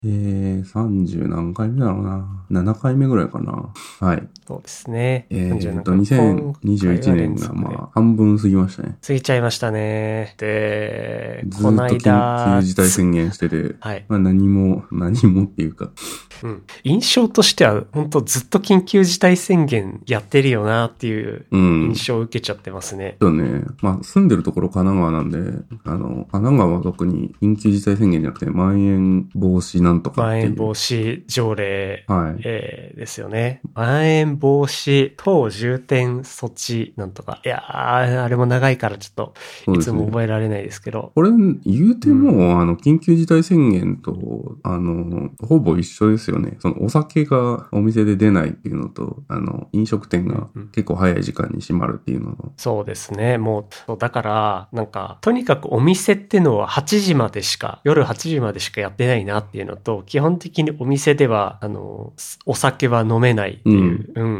30何回目だろうな。7回目ぐらいかな。はい。 そうですね。 2021年が半分過ぎましたね。 過ぎちゃいましたね。で、 ずっと緊急事態宣言してて、 はい。 何もっていうか。 印象としては、本当ずっと緊急事態宣言やってるよなっていう印象を受けちゃってますね。 そうね。住んでるところ神奈川なんで、神奈川は特に緊急事態宣言じゃなくて、まん延防止なんとかっていう。 まん延防止条例、 はい。 ですよね。まん延防止等重点措置なんとか。いやー、あれも長いからちょっと、いつも覚えられないですけど。 これ、言うても、緊急事態宣言と、ほぼ一緒ですよね。そのお酒がお店で出ないっていうのと、飲食店が結構早い時間に閉まるっていうのと。 そうですね。もう、だから、とにかくお店ってのは夜8時までしかやってないなっていうのと、基本的にお店では、お酒は飲めないっていう、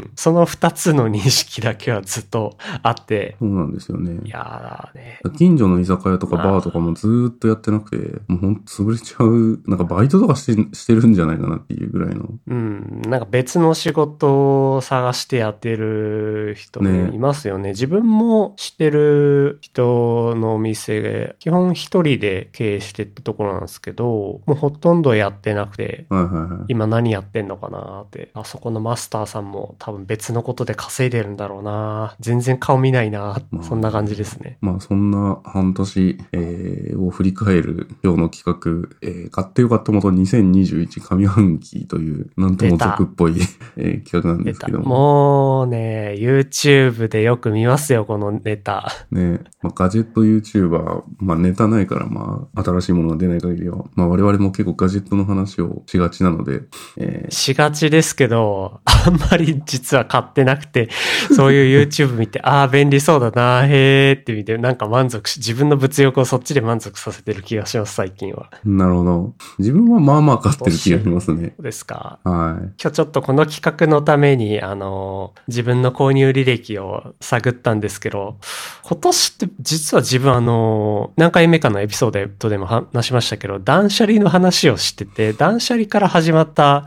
その2つの認識だけはずっとあって。 そうなんですよね。 いやーね。 近所の居酒屋とかバーとかもずーっとやってなくて、もうほんと潰れちゃう、バイトとかしてるんじゃないかなっていうぐらいの。 別の仕事を探してやってる人もいますよね。自分も知ってる人のお店、基本一人で経営してってところなんですけど、もうほとんどやってなくて、今何やってんのかなって。あそこのマスターさんも多分別のことで稼いでるんだろうな。全然顔見ないな。そんな感じですね。 そんな半年、を振り返る今日の企画、買ってよかったもと2021上半期という、なんとも俗っぽい企画なんですけども。 もうね、YouTube でよく見ますよ、このネタ。 ね、ガジェット YouTuber、ネタないから、新しいものが出ない限りは、我々も結構ガジェットの話をしがちなので、 しがちですけど、あんまり実は買ってなくて、そういう YouTube 見て、ああ、便利そうだな、へーって見て、自分の物欲をそっちで満足させてる気がします、最近は。 なるほど。自分は買ってる気がしますね。 そうですか。 はい。 今日ちょっとこの企画のために、自分の購入履歴を探ったんですけど、今年って実は自分何回目かのエピソードでも話しましたけど、断捨離の話をしてて、断捨離から始まった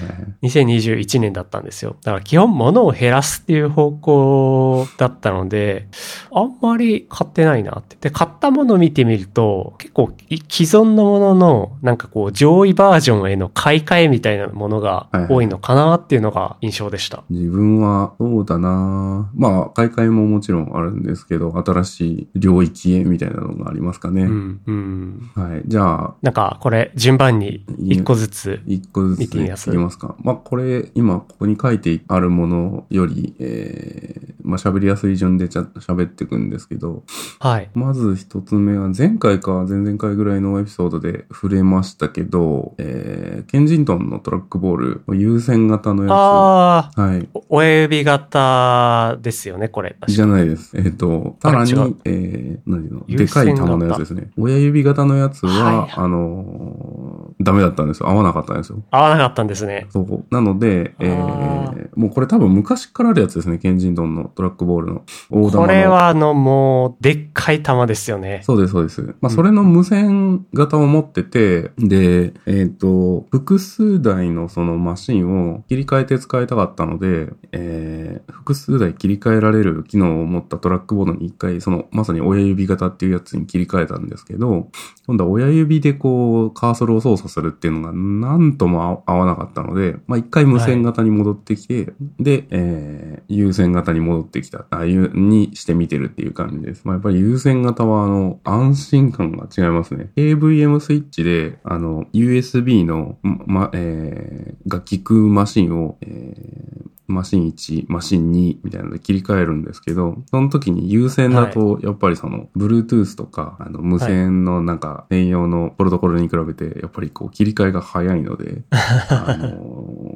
2021年だったんですよ。だから基本物を減らすっていう方向だったので、あんまり買ってないなって。で、買ったものを見てみると、結構既存のものの、上位バージョンへの買い替えみたいなものが多いのかなっていうのが印象でした。 自分は、そうだな買い替えももちろんあるんですけど、新しい領域へみたいなのがありますかね。はい。じゃあ。 これ、順番に一個ずつ見てみます。 いきますか。これ、今ここに書いてあるものより、喋りやすい順で喋っていくんですけど、 はい。 まず一つ目は、前回か前々回ぐらいのエピソードで触れましたけど、ケンジントンのトラックボール、有線型のやつ。 はい。親指型ですよね、これ。 じゃないです。さらに、でかい玉のやつですね。親指型のやつは、ダメだったんですよ。合わなかったんですよ。 合わなかったんですね。 そう。なので、もうこれ多分昔からあるやつですね。ケンジントンのトラックボールの大玉の。 これはもう、でっかい玉ですよね。 そうです、そうです。それの無線型を持ってて、で、複数台のそのマシンを切り替えて使いたかったので、複数台切り替えられる機能を持ったトラックボードに一回、まさに親指型っていうやつに切り替えたんですけど、今度は親指でカーソルを操作するっていうのがなんとも合わなかったので、一回無線型に戻ってきて、で、有線型に戻ってきた、にしてみてるっていう感じです。やっぱり有線型は安心感が違いますね。AVM スイッチで、USB の、が効くマシンを、マシン1、マシン2みたいなので切り替えるんですけど、その時に有線だと、やっぱりBluetooth とか、無線の専用のプロトコルに比べて、やっぱり切り替えが早いので、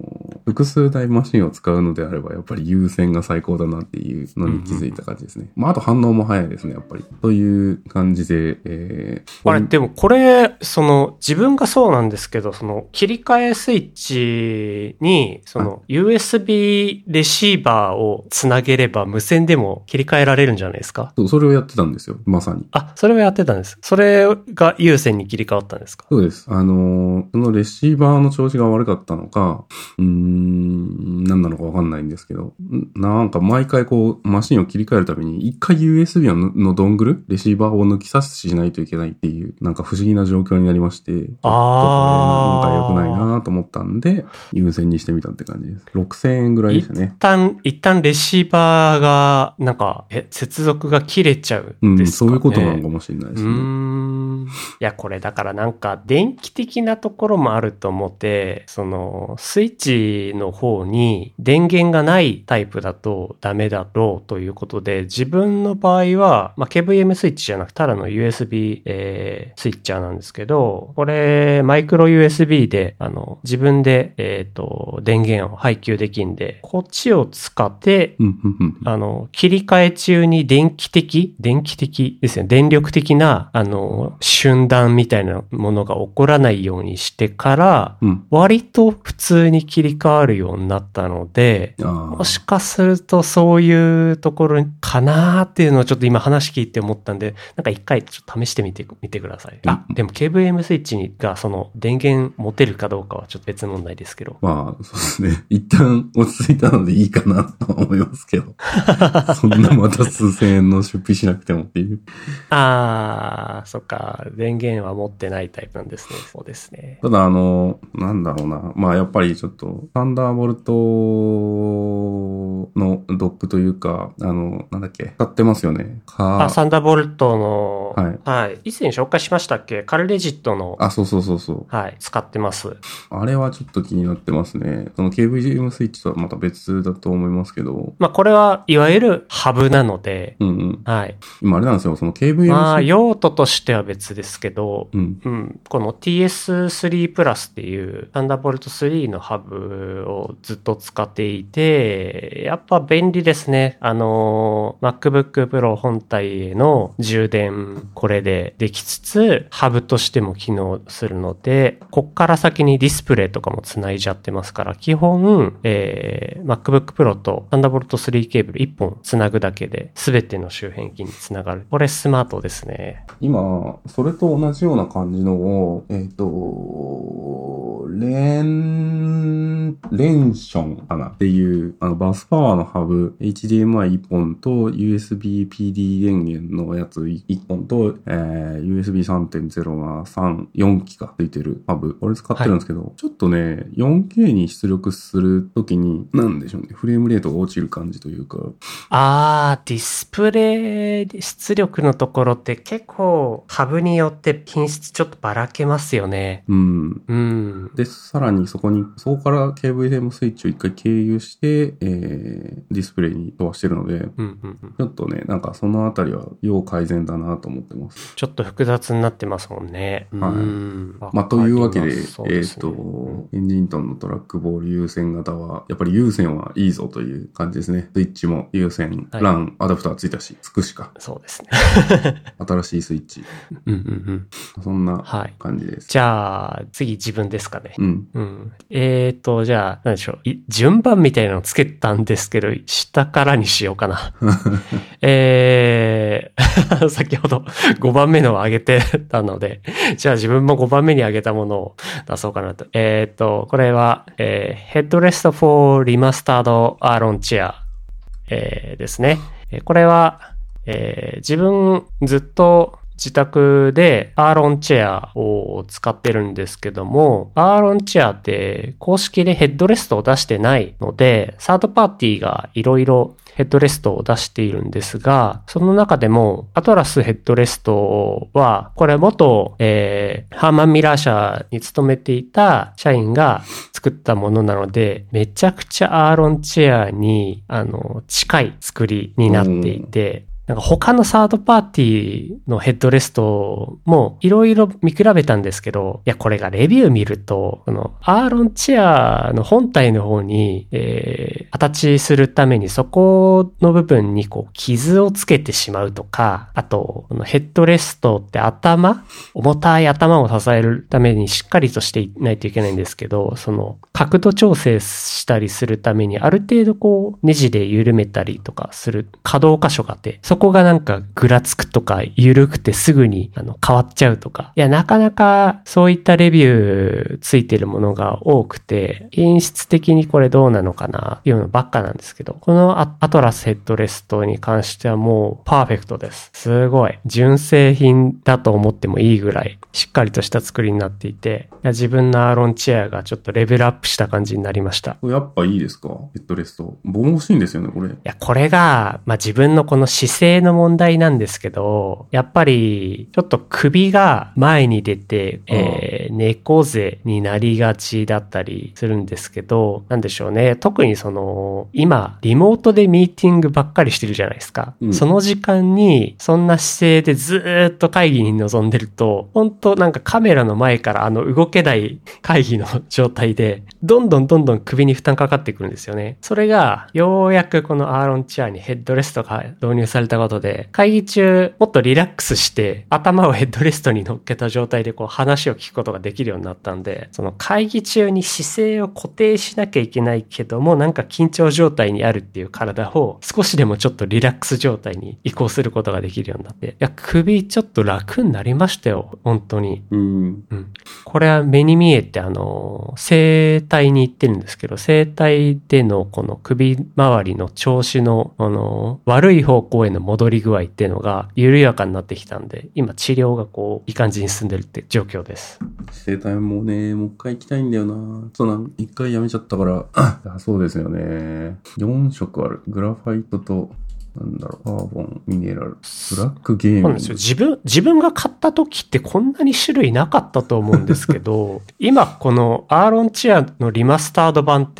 複数台マシンを使うのであれば、やっぱり有線が最高だなっていうのに気づいた感じですね。まあ、あと反応も早いですね、やっぱり。という感じで、 あれ、でもこれ、自分がそうなんですけど、切り替えスイッチに、USB レシーバーをつなげれば無線でも切り替えられるんじゃないですか？ そう、それをやってたんですよ、まさに。 あ、それをやってたんです。それが有線に切り替わったんですか？ そうです。そのレシーバーの調子が悪かったのか、何なのかわかんないんですけど、なんか毎回こう、マシンを切り替えるたびに、一回 USB のドングル、レシーバーを抜き差ししないといけないっていう、なんか不思議な状況になりまして、ちょっとこれなんか良くないなと思ったんで、有線にしてみたって感じです。6000円ぐらいでしたね。 一旦レシーバーが、なんか、接続が切れちゃうんですかね。 そういうことなのかもしれないですね。 いや、これだからなんか電気的なところもあると思って、スイッチの方に電源がないタイプだとダメだろうということで、自分の場合は、KVM スイッチじゃなくただの USB、スイッチャーなんですけど、これ、マイクロ USB で、自分で、電源を配給できんで、こっちを使って、切り替え中に電気的ですね、電力的な、瞬断みたいなものが起こらないようにしてから、割と普通に切り替わるようになったので、もしかするとそういうところかなーっていうのをちょっと今話聞いて思ったんで、なんか一回ちょっと試してみてください。でも KVM スイッチが電源持てるかどうかはちょっと別問題ですけど。 まあ、そうですね。一旦落ち着いたのでいいかなと思いますけど。そんなまた数千円の出費しなくてもっていう。 そっか。電源は持ってないタイプなんですね。そうですね。 ただなんだろうな。まあやっぱりちょっと、サンダーボルトのドックというか、なんだっけ、使ってますよね。 サンダーボルトの、 はい。 以前紹介しましたっけ？カルレジットの。 そう。 はい、使ってます。 あれはちょっと気になってますね。その KVM スイッチとはまた別だと思いますけど。 これはいわゆるハブなので、はい。 今あれなんですよ、その KVM スイッチ。 用途としては別ですけど、この TS3 プラスっていうサンダーボルト3のハブをずっと使っていて、やっぱ便利ですね。MacBook Pro 本体への充電、これでできつつ、ハブとしても機能するので、こっから先にディスプレイとかも繋いじゃってますから、基本、MacBook Pro とサンダーボルト3ケーブル1本繋ぐだけで、すべての周辺機に繋がる。これスマートですね。 今、それと同じような感じのを、レンションかなっていう、バスパワーのハブ、HDMI1 本と USB PD 電源のやつ1本と、USB 3.0 が4機かついてるハブ。これ使ってるんですけど、ちょっとね、4K に出力するときに、なんでしょうね、フレームレートが落ちる感じというか。 ディスプレイ出力のところって結構ハブによって品質ちょっとばらけますよね。で、 さらにそこから KVM スイッチを一回経由して、ディスプレイに飛ばしてるので、ちょっとね、なんかそのあたりは要改善だなと思ってます。 ちょっと複雑になってますもんね。 というわけで、エンジントンのトラックボール有線型は、やっぱり有線はいいぞという感じですね。スイッチも有線、LAN、アダプターついたし、つくしか。 そうですね。 新しいスイッチ。そんな感じです。 じゃあ、次自分ですかね。じゃあ、何でしょう。順番みたいなのつけたんですけど、下からにしようかな。先ほど5番目のを上げてたので、じゃあ自分も5番目に上げたものを出そうかなと。これは、Headrest for Remastered Aeron Chair、ですね。これは、自分ずっと自宅でアーロンチェアを使ってるんですけども、アーロンチェアって公式でヘッドレストを出してないので、サードパーティーがいろいろヘッドレストを出しているんですが、その中でもアトラスヘッドレストは、これ元、ハーマンミラー社に勤めていた社員が作ったものなので、めちゃくちゃアーロンチェアに近い作りになっていて、 なんか他のサードパーティーのヘッドレストもいろいろ見比べたんですけど、いや、これがレビュー見ると、このアーロンチェアの本体の方に、アタッチするためにそこの部分にこう傷をつけてしまうとか、あと、このヘッドレストって重たい頭を支えるためにしっかりとしていないといけないんですけど、その角度調整したりするためにある程度こうネジで緩めたりとかする可動箇所があって、そこがなんかぐらつくとか緩くてすぐに変わっちゃうとか、いやなかなかそういったレビューついてるものが多くて、品質的にこれどうなのかなっていうのばっかなんですけど、このアトラスヘッドレストに関してはもうパーフェクトです。すごい純正品だと思ってもいいぐらいしっかりとした作りになっていて、いや自分のアーロンチェアがちょっとレベルアップした感じになりました。 やっぱいいですか？ヘッドレスト。僕も欲しいんですよね、これ。 いや、これが、自分のこの姿勢の問題なんですけど、やっぱり、ちょっと首が前に出て、猫背になりがちだったりするんですけど、なんでしょうね。特に今、リモートでミーティングばっかりしてるじゃないですか。その時間に、そんな姿勢でずーっと会議に臨んでると、本当なんかカメラの前から動けない会議の状態で、どんどん首に負担かかってくるんですよね。それが、ようやくこのアーロンチェアにヘッドレストが導入されたことで、会議中もっとリラックスして、頭をヘッドレストに乗っけた状態でこう話を聞くことができるようになったんで、その会議中に姿勢を固定しなきゃいけないけども、なんか緊張状態にあるっていう体を少しでもちょっとリラックス状態に移行することができるようになって、いや、首ちょっと楽になりましたよ、本当に。これは目に見えて整体に行ってるんですけど、整体でのこの首周りの調子の悪い方向への戻り具合っていうのが緩やかになってきたんで、今治療がこういい感じに進んでるって状況です。 整体もね、もう一回行きたいんだよな。一回やめちゃったからそうですよね。4色ある。グラファイトとカーボン、ミネラル、ブラックゲーム。 そうなんですよ。自分が買った時ってこんなに種類なかったと思うんですけど、今このアーロンチェアのリマスタード版って、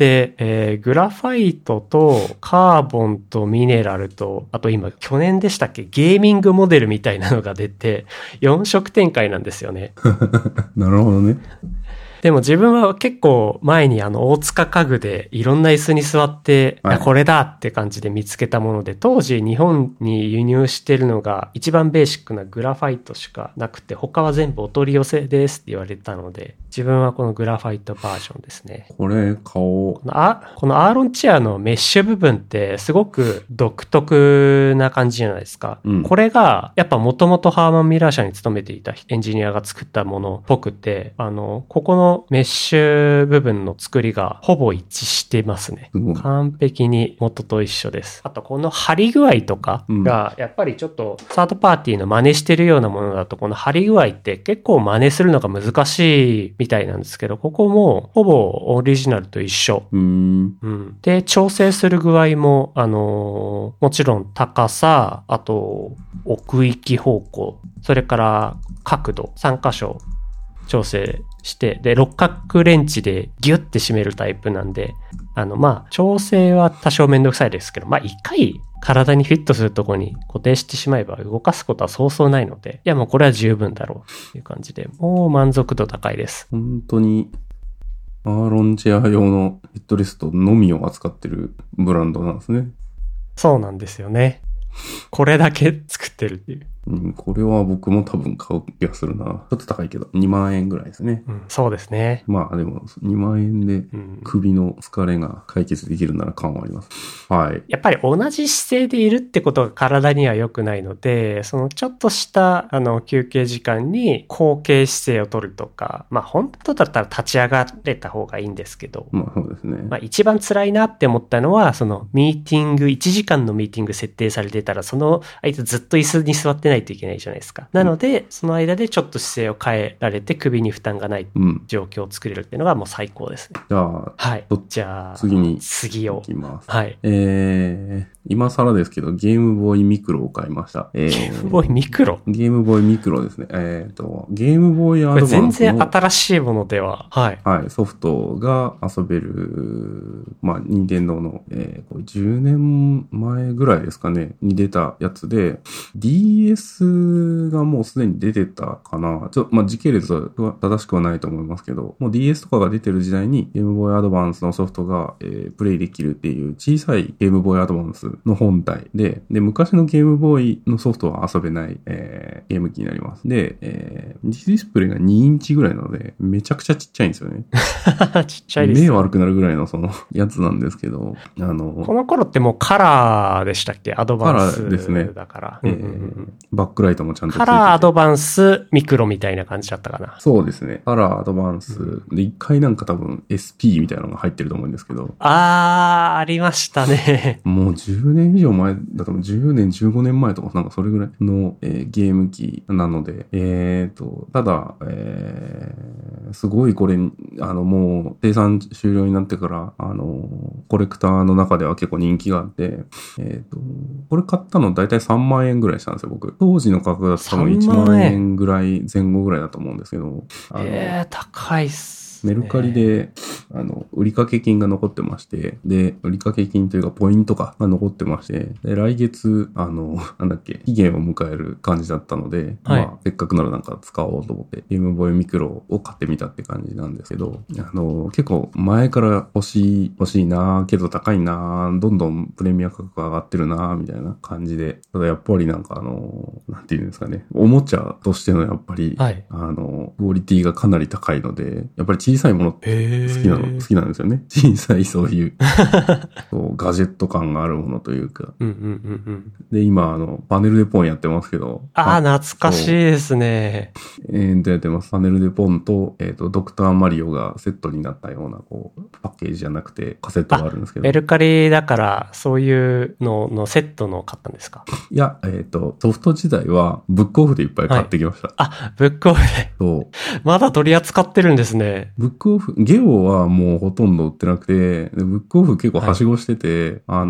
グラファイトとカーボンとミネラルと、あと今去年でしたっけ、ゲーミングモデルみたいなのが出て、4色展開なんですよね。 なるほどね。 でも自分は結構前に大塚家具でいろんな椅子に座って、これだって感じで見つけたもので、当時日本に輸入してるのが一番ベーシックなグラファイトしかなくて、他は全部お取り寄せですって言われたので、自分はこのグラファイトバージョンですね。 これ買おう。 このアーロンチェアのメッシュ部分ってすごく独特な感じじゃないですか。これがやっぱもともとハーマンミラー社に勤めていたエンジニアが作ったものっぽくて、ここのメッシュ部分の作りがほぼ一致してますね。完璧に元と一緒です。あとこの張り具合とかがやっぱりちょっとサードパーティーの真似してるようなものだと、この張り具合って結構真似するのが難しいみたいなんですけど、ここもほぼオリジナルと一緒。で、調整する具合ももちろん高さ、あと奥行き方向、それから角度3箇所調整して、で、六角レンチでギュッて締めるタイプなんで、調整は多少めんどくさいですけど、一回体にフィットするところに固定してしまえば動かすことはそうそうないので、いやもうこれは十分だろうっていう感じで、もう満足度高いです。 本当に、アーロンチェア用のヘッドレストのみを扱ってるブランドなんですね。 そうなんですよね。これだけ作ってるっていう。 これは僕も多分買う気がするな。ちょっと高いけど、2万円ぐらいですね。 そうですね。 でも、2万円で首の疲れが解決できるなら感はあります。はい。 やっぱり同じ姿勢でいるってことが体には良くないので、そのちょっとした休憩時間に後傾姿勢を取るとか、本当だったら立ち上がれた方がいいんですけど、 そうですね。 一番辛いなって思ったのは、そのミーティング、1時間のミーティング設定されてたら、その間ずっと椅子に座ってないといけないじゃないですか。なので、その間でちょっと姿勢を変えられて首に負担がない状況を作れるっていうのがもう最高ですね。 じゃあ、 はい。じゃあ、次を。 いきます。 はい。 今更ですけど、ゲームボーイミクロを買いました。 ゲームボーイミクロですね。ゲームボーイアドバンスの。 全然新しいものでは。はい。 はい。ソフトが遊べる、まあ、任天堂の、これ10年前ぐらいですかね、に出たやつで、DS がもうすでに出てたかな。まあ、時系列は正しくはないと思いますけど、もう DS とかが出てる時代にゲームボーイアドバンスのソフトが、プレイできるっていう小さいゲームボーイアドバンスの本体で、昔のゲームボーイのソフトは遊べない、ゲーム機になります。で、ディスプレイが2インチぐらいなので、めちゃくちゃちっちゃいんですよね。 ちっちゃいです、ね。 目悪くなるぐらいのそのやつなんですけど、 この頃ってもうカラーでしたっけ？アドバンス。 カラーですね。 だから。 バックライトもちゃんとついてて。 カラーアドバンスミクロみたいな感じだったかな。 そうですね。カラーアドバンス。で、一回なんか多分 SP みたいなのが入ってると思うんですけど。 ありましたね。 もう10年以上前だと10年、15年前とかなんかそれぐらいの、ゲーム機なので、ただ、すごいこれ、もう生産終了になってから、コレクターの中では結構人気があって、これ買ったの大体3万円ぐらいしたんですよ、僕。当時の価格だと多分1万円ぐらい、前後ぐらいだと思うんですけど。 高いっす。 メルカリで、売掛金が残ってまして、で、売掛金というかポイントが残ってまして、で、来月、期限を迎える感じだったので、はい、まあ、せっかくならなんか使おうと思って、ゲームボーイミクロを買ってみたって感じなんですけど、結構前から欲しいなぁ、けど高いなぁ、どんどんプレミア価格上がってるなぁ、みたいな感じで、ただやっぱりなんかなんていうんですかね、おもちゃとしてのやっぱり、はい、クオリティがかなり高いので、やっぱり小さいものって好きなんですよね。小さいそういうそうガジェット感があるものというか。で、今パネルでポンやってますけど。 懐かしいですね。 やってます。パネルでポンと、ドクターマリオがセットになったような、こう、パッケージじゃなくてカセットがあるんですけど。 メルカリだから、そういうののセットの買ったんですか？ いや、ソフト時代はブックオフでいっぱい買ってきました。 はい、ブックオフで。そう。まだ取り扱ってるんですね。 ブックオフ、ゲオはもうほとんど売ってなくて、ブックオフ結構はしごしてて、はい、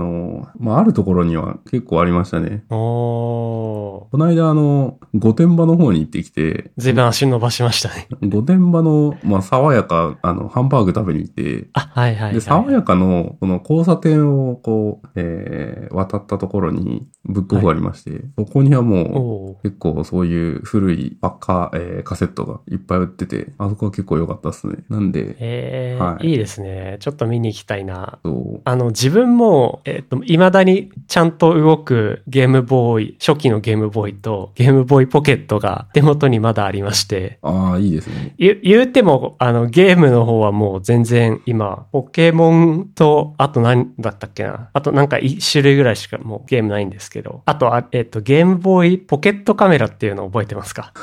まあ、あるところには結構ありましたね。この間御殿場の方に行ってきて、 随分足伸ばしましたね。 御殿場の、まあ、爽やか、ハンバーグ食べに行って、で、爽やかの、この交差点をこう、渡ったところにブックオフがありまして、そこにはもう、結構そういう古いカセットがいっぱい売ってて、あそこは結構良かったですね。なんで、 はい、いいですね。ちょっと見に行きたいな。自分も、未だにちゃんと動くゲームボーイ、初期のゲームボーイとゲームボーイポケットが手元にまだありまして。 いいですね。 言うても、ゲームの方はもう全然今、ポケモンと、あと何だったっけな。あとなんか1種類ぐらいしかもうゲームないんですけど。あと、ゲームボーイポケットカメラっていうのを覚えてますか？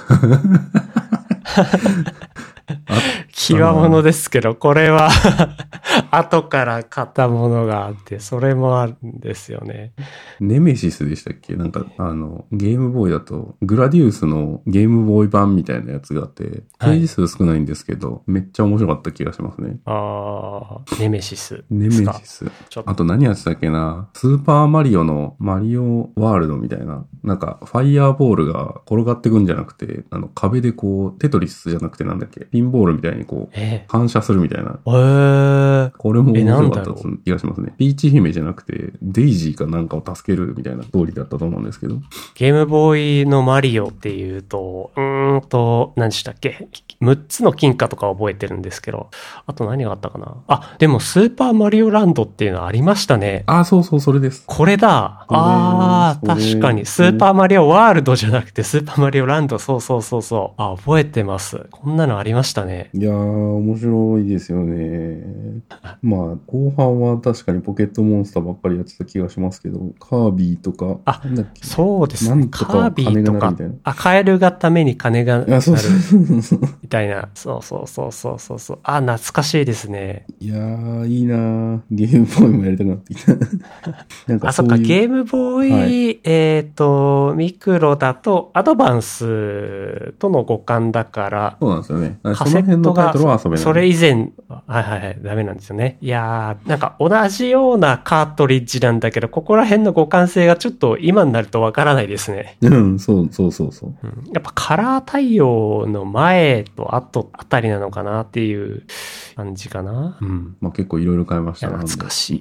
極物ですけど、これは後から買ったものがあって、それもあるんですよね。 ネメシスでしたっけ？なんか、ゲームボーイだと、グラディウスのゲームボーイ版みたいなやつがあって、ページ数少ないんですけど、めっちゃ面白かった気がしますね。 ネメシス。 ネメシス。あと何やってたっけな？スーパーマリオのマリオワールドみたいな、なんか、ファイヤーボールが転がってくんじゃなくて、壁でこう、テトリスじゃなくてなんだっけ？ピンボールみたいにこう、反射するみたいな。これも面白かった気がしますね。ピーチ姫じゃなくて、デイジーかなんかを助けるみたいなストーリーだったと思うんですけど。 ゲームボーイのマリオっていうと、何でしたっけ？ 6 つの金貨とか覚えてるんですけど、あと何があったかな？でもスーパーマリオランドっていうのありましたね。 そうそう、それです。 これだ。確かに。スーパーマリオワールドじゃなくてスーパーマリオランド、そう。覚えてます。こんなのありましたね。 いやー、面白いですよね。 まあ、後半は確かにポケットモンスターばっかりやってた気がしますけど、カービィとか、 あ、 なんだっけ、 そうですね。 なんとカーか金ビィとかが鳴るみたいな。、 カエルがために金が鳴あ、 るそうそうそう。 みたいな。そうそうそうそうそうそう。あ、懐かしいですね。 いやー、いいなー。ゲームボーイもやりたくなってきた。なんかあ、そっか、 そういう。 ゲームボーイ、ミクロだと、アドバンスとの互換だから、 そうなんですよね。 カその辺セットがのタイトルは遊べない。 それ以前、はいはいはい、ダメなんですよね。いやー、なんか同じようなカートリッジなんだけど、ここら辺の互換性がちょっと今になるとわからないですね。 うん、そうそうそうそう。 やっぱカラー対応の前と後あたりなのかなっていう感じかな。うん。 まあ結構いろいろ買いましたね。 懐かしい。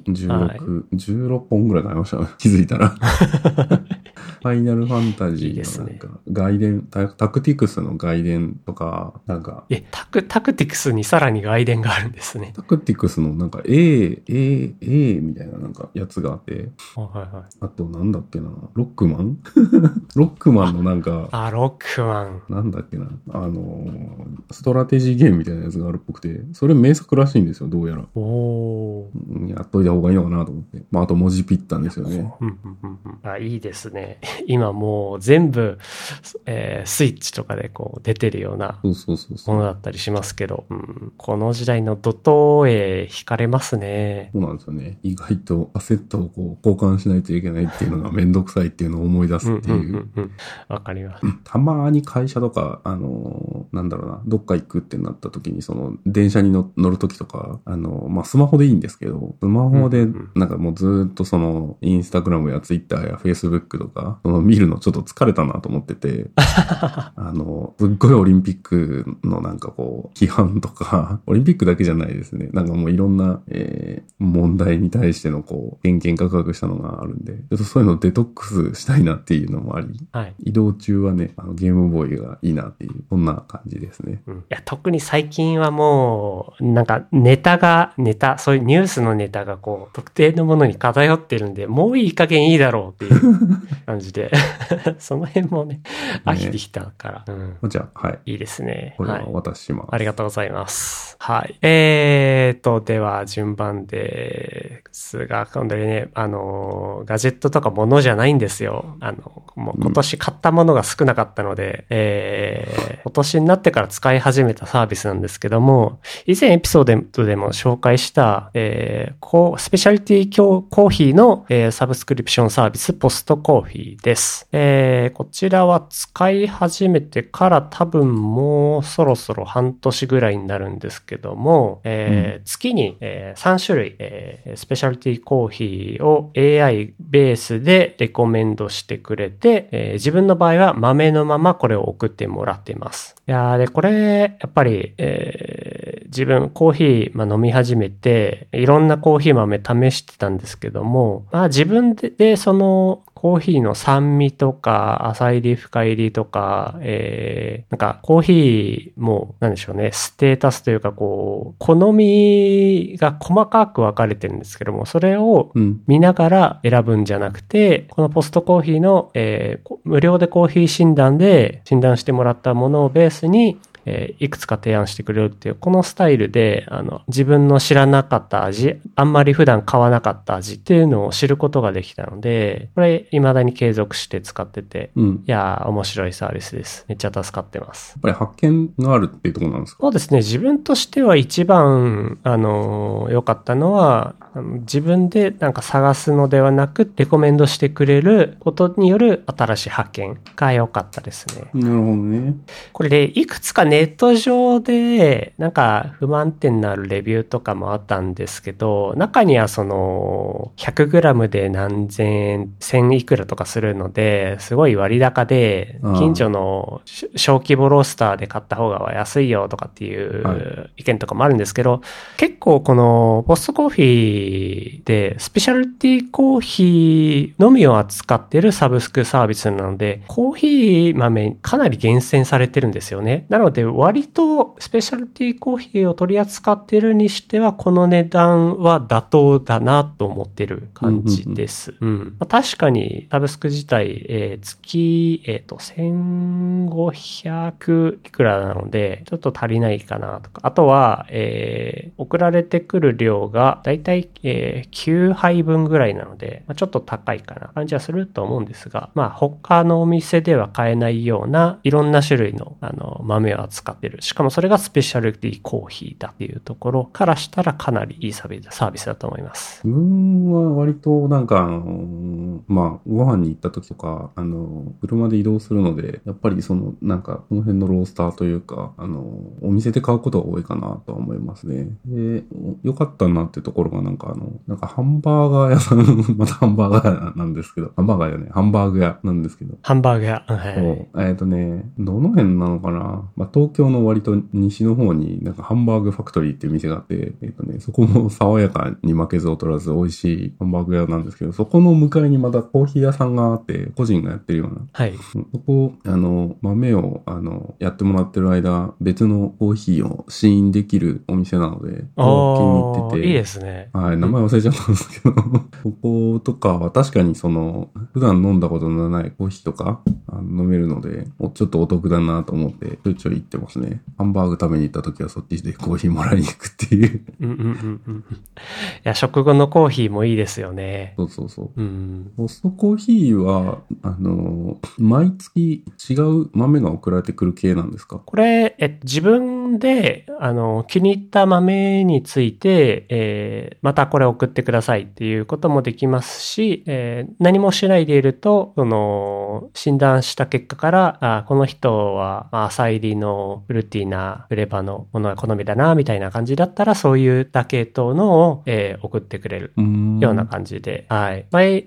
16本ぐらい買いましたね。気づいたら。ファイナルファンタジーのなんか、外伝、タクティクスの外伝とか、なんか。 タクティクスにさらに外伝があるんですね。 タクティクスのなんか A みたいななんかやつがあって。 はいはい。 あとなんだっけな、ロックマンロックマンのなんか。 ロックマン。 なんだっけな、ストラテジーゲームみたいなやつがあるっぽくて、それ名作らしいんですよ、どうやら。やっといた方がいいのかなと思って。まあ、あと文字ピッタンですよね。 いいですね。今もう全部、スイッチとかでこう出てるようなものだったりしますけど、この時代の怒涛へ惹かれますね。 そうなんですよね。意外とカセットをこう交換しないといけないっていうのがめんどくさいっていうのを思い出すっていう。 わかります。 たまに会社とか、なんだろうな、どっか行くってなった時に、その、電車に乗る時とか、まあ、スマホでいいんですけど、スマホで、なんかもうずっとその、インスタグラムやツイッターやフェイスブックとか、その見るのちょっと疲れたなと思ってて、すっごいオリンピックのなんかこう、批判とか、オリンピックだけじゃないですね。なんかもういろんな、問題に対してのこう、偏見が隠したのがあるんで、ちょっとそういうのをデトックスしたいなっていうのもあり、 はい、 移動中はね、ゲームボーイがいいなっていう、そんな感じですね。 いや、特に最近はもう、なんかネタ、そういうニュースのネタがこう、特定のものに偏ってるんで、もういい加減いいだろうっていう感じで、その辺もね、飽きてきたから。 じゃあ、はい。 いいですね。 これはお渡しします。 ありがとうございます。はい。では順番ですが、今度ね、ガジェットとかものじゃないんですよ。もう今年買ったものが少なかったので、今年になってから使い始めたサービスなんですけども、以前エピソードでも紹介した、スペシャリティコーヒーの、サブスクリプションサービス、ポストコーヒーです。こちらは使い始めてから多分もうそろそろ半年ぐらいになるんですけども、月に、3種類、スペシャリティコーヒーを AI ベースでレコメンドしてくれて、自分の場合は豆のままこれを送ってもらっています。いやーで、これ、やっぱり、自分コーヒー、飲み始めて、いろんなコーヒー豆試してたんですけども、自分でそのコーヒーの酸味とか、浅入り、深入りとか、なんかコーヒーも、なんでしょうね、ステータスというか、こう、好みが細かく分かれてるんですけども、それを見ながら選ぶんじゃなくて、このポストコーヒーの、無料でコーヒー診断で診断してもらったものをベースに、いくつか提案してくれるっていう、このスタイルで、自分の知らなかった味、あんまり普段買わなかった味っていうのを知ることができたので、これ、未だに継続して使ってて、いやー、面白いサービスです。めっちゃ助かってます。 やっぱり発見があるっていうところなんですか？ そうですね。自分としては一番、良かったのは、自分でなんか探すのではなく、レコメンドしてくれることによる新しい発見が良かったですね。 なるほどね。 これで、いくつかネット上で、なんか不満点のあるレビューとかもあったんですけど、中にはその、100g で何千円、1000いくらとかするので、すごい割高で、近所の小規模ロースターで買った方が安いよとかっていう意見とかもあるんですけど、結構このポストコーヒーでスペシャルティコーヒーのみを扱っているサブスクサービスなので、コーヒー豆かなり厳選されてるんですよね。なので割とスペシャルティコーヒーを取り扱ってるにしては、この値段は妥当だなと思ってる感じです。確かにサブスク自体、月、1500いくらなので、ちょっと足りないかなとか。あとは、送られてくる量がだいたい、9杯分ぐらいなので、ちょっと高いかな感じはすると思うんですが、他のお店では買えないようないろんな種類の、豆を扱ってる。しかもそれがスペシャルティコーヒーだっていうところからしたらかなりいいサービスだと思います。 自分は割となんかご飯に行った時とか、車で移動するので、やっぱりその辺のロースターというか、お店で買うことが多いかなとは思いますね。で、良かったなっていうところがハンバーガー屋さん、またハンバーガー屋なんですけど、ハンバーガー屋なんですけど。 ハンバーガー屋。 はい。どの辺なのかな、東京の割と西の方にハンバーグファクトリーっていう店があって、そこも爽やかに負けず劣らず美味しいハンバーグ屋なんですけど、そこの向かいにまたコーヒー屋さんがあって、個人がやってるような。 はい。 そこ、豆を、やってもらってる間、別のコーヒーを試飲できるお店なので、気に入ってて。 いいですね。 はい、名前忘れちゃったんですけど、こことかは確かに普段飲んだことのないコーヒーとか、飲めるので、ちょっとお得だなと思って、ちょいちょい行ってますね。ハンバーグ食べに行った時はそっちでコーヒーもらいに行くっていう。 いや、食後のコーヒーもいいですよね。 そう。ホストコーヒーは、毎月違う豆が送られてくる系なんですか？ これ、自分で、気に入った豆について、またこれ送ってくださいっていうこともできますし、何もしないでいると、診断した結果から、この人は、浅入りのフルーティーなフレーバーのものが好みだな、みたいな感じだったら、そういった系統のを、送ってくれるような感じで、はい。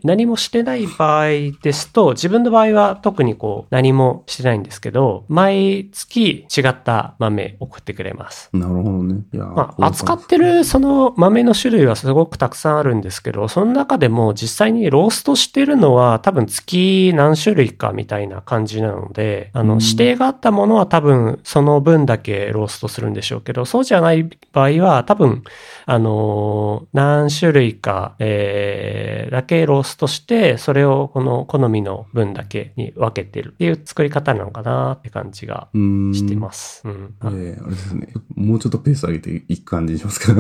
何もしてない場合ですと、自分の場合は特に何もしてないんですけど、毎月違った豆送ってくれます。 なるほどね。いや、 扱ってるその豆の種類はすごくたくさんあるんですけど、その中でも実際にローストしてるのは多分月何種類かみたいな感じなので、指定があったものは多分その分だけローストするんでしょうけど、そうじゃない場合は多分、何種類か、だけローストして、それをこの好みの分だけに分けてるっていう作り方なのかなって感じがしてます。 あれですね。もうちょっとペース上げていく感じにしますか。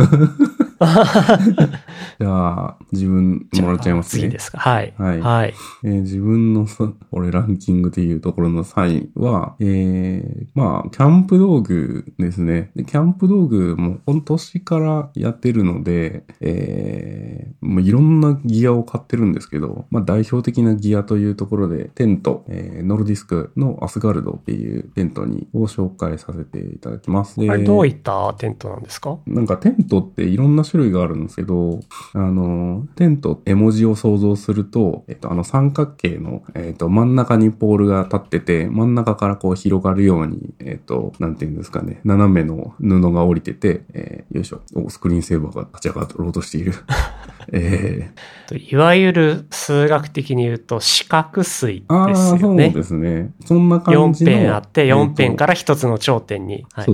じゃあ、自分もらっちゃいますね。 次ですか。はい。 自分のランキングでいうところの3位は、キャンプ道具ですね。でキャンプ道具も今年からやってるので、もういろんなギアを買ってるんですけど、代表的なギアというところで、テント、ノルディスクのアスガルドっていうテントを紹介させていただきます。 これどういったテントなんですか？ テントっていろんな種類があるんですけど、テント、絵文字を想像すると、三角形の、真ん中にポールが立ってて、真ん中から広がるように、なんていうんですかね、斜めの布が降りてて、よいしょ、スクリーンセーバーが立ち上がろうとしている。 いわゆる数学的に言うと四角錐ですよね。 そうですね。そんな感じの。 4辺あって、4辺から一つの頂点に。 そう。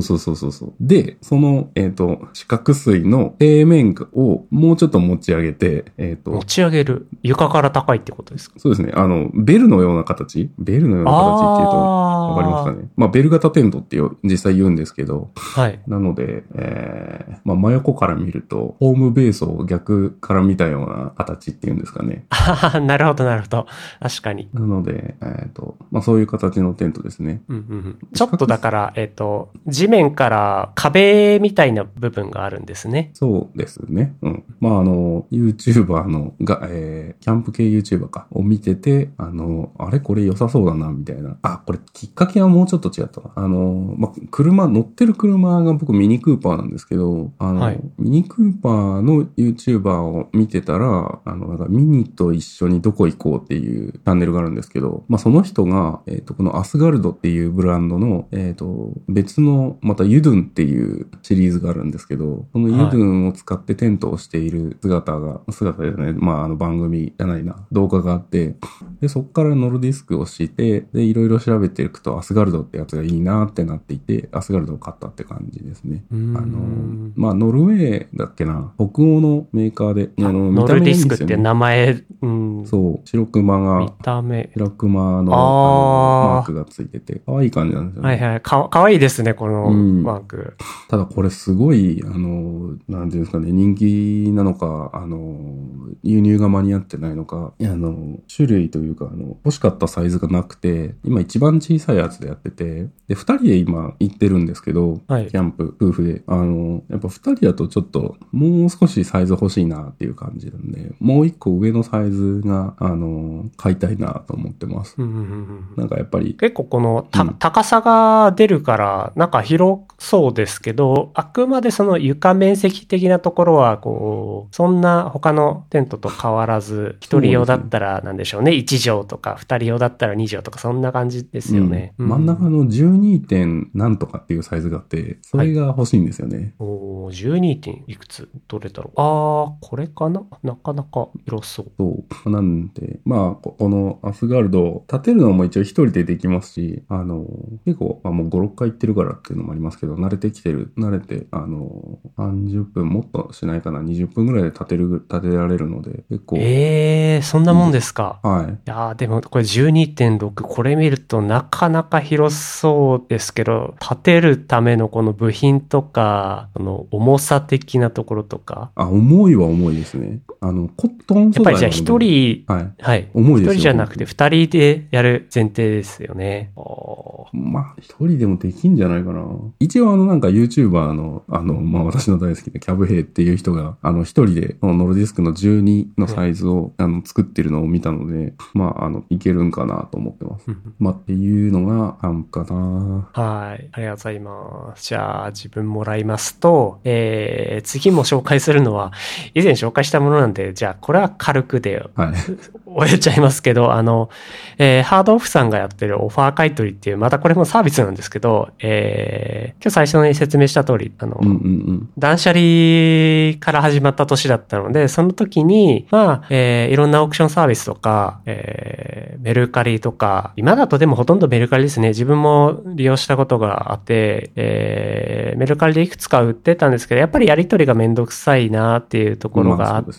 で、その、四角錐の平面をもうちょっと持ち上げて、 持ち上げる。床から高いってことですか？ そうですね。ベルのような形っていうと、わかりますかね。ベル型テントって実際言うんですけど。 はい。 なので、真横から見ると、ホームベースを逆から見たような形っていうんですかね。 なるほど。確かに。 なので、そういう形のテントですね。 ちょっとだから、地面から壁みたいな部分があるんですね。 そうですね。YouTuber キャンプ系 YouTuber を見てて、これ良さそうだな、みたいな。これきっかけはもうちょっと違ったわ。乗ってる車が僕ミニクーパーなんですけど、ミニクーパーの YouTuber を見てたら、なんかミニと一緒にどこ行こうっていうチャンネルがあるんですけど、まあその人が、このアスガルドっていうブランドの、別の、またユドゥンっていうシリーズがあるんですけど、そのユドゥンを使ってテントをしている姿ですね、まあ番組じゃないな、動画があって、で、そっからノルディスクをして、で、いろいろ調べていくと、アスガルドってやつがいいなってなっていて、アスガルドを買ったって感じですね。まあ、ノルウェーだっけな、北欧のメーカーで、 ノルディスクって名前、 そう、白熊が、白熊のマークがついてて、可愛い感じなんですよね。 はいはい。かわいいですね、このマーク。 ただこれすごい、なんていうんですかね、人気なのか、輸入が間に合ってないのか、種類というか、欲しかったサイズがなくて、今一番小さいやつでやってて、で、二人で今行ってるんですけど、キャンプ、夫婦で。やっぱ二人だとちょっと、もう少しサイズ欲しいなっていう感じなんで、もう一個上のサイズが、買いたいなと思ってます。なんかやっぱり。 結構この、高さが出るから、なんか広そうですけど、あくまでその床面積的なところは、こう、そんな他のテントと変わらず、一人用だったらなんでしょうね、1畳とか、二人用だったら2畳とか、そんな感じですよね。 真ん中の 12. 点なんとかっていうサイズがあって、それが欲しいんですよね。 12. 点いくつどれだろう。これかな、なかなか広そう。 そう。なんで、まあ、このアスガルド、立てるのも一応一人でできますし、結構、もう5、6回行ってるからっていうのもありますけど、慣れて、30分もっとしないかな、20分ぐらいで立てられるので、結構。 そんなもんですか。 はい。 いやーでもこれ 12.6、これ見るとなかなか広そうですけど、立てるためのこの部品とか、重さ的なところとか。 重いは重いですね。コットン素材なので。 やっぱりじゃあ一人、 はい。重いですよ。 一人じゃなくて二人でやる前提ですよね。 まあ、一人でもできんじゃないかな。一応なんか YouTuber の、まあ私の大好きなキャブヘイっていう人が、一人で、このノルディスクの12のサイズを、作ってるのを見たので、まあ、いけるんかなと思ってます。まあ、っていうのが、キャンプかな。 はい。ありがとうございます。じゃあ、自分もらいますと、次も紹介するのは、以前紹介したものなんで、じゃあ、これは軽くで、終えちゃいますけど、ハードオフさんがやってるオファー買い取りっていう、またこれもサービスなんですけど、今日最初に説明した通り、断捨離から始まった年だったので、その時に、まあ、いろんなオークションサービスとか、メルカリとか、今だとでもほとんどメルカリですね。自分も利用したことがあって、メルカリでいくつか売ってたんですけど、やっぱりやり取りがめんどくさいなっていうところがあって、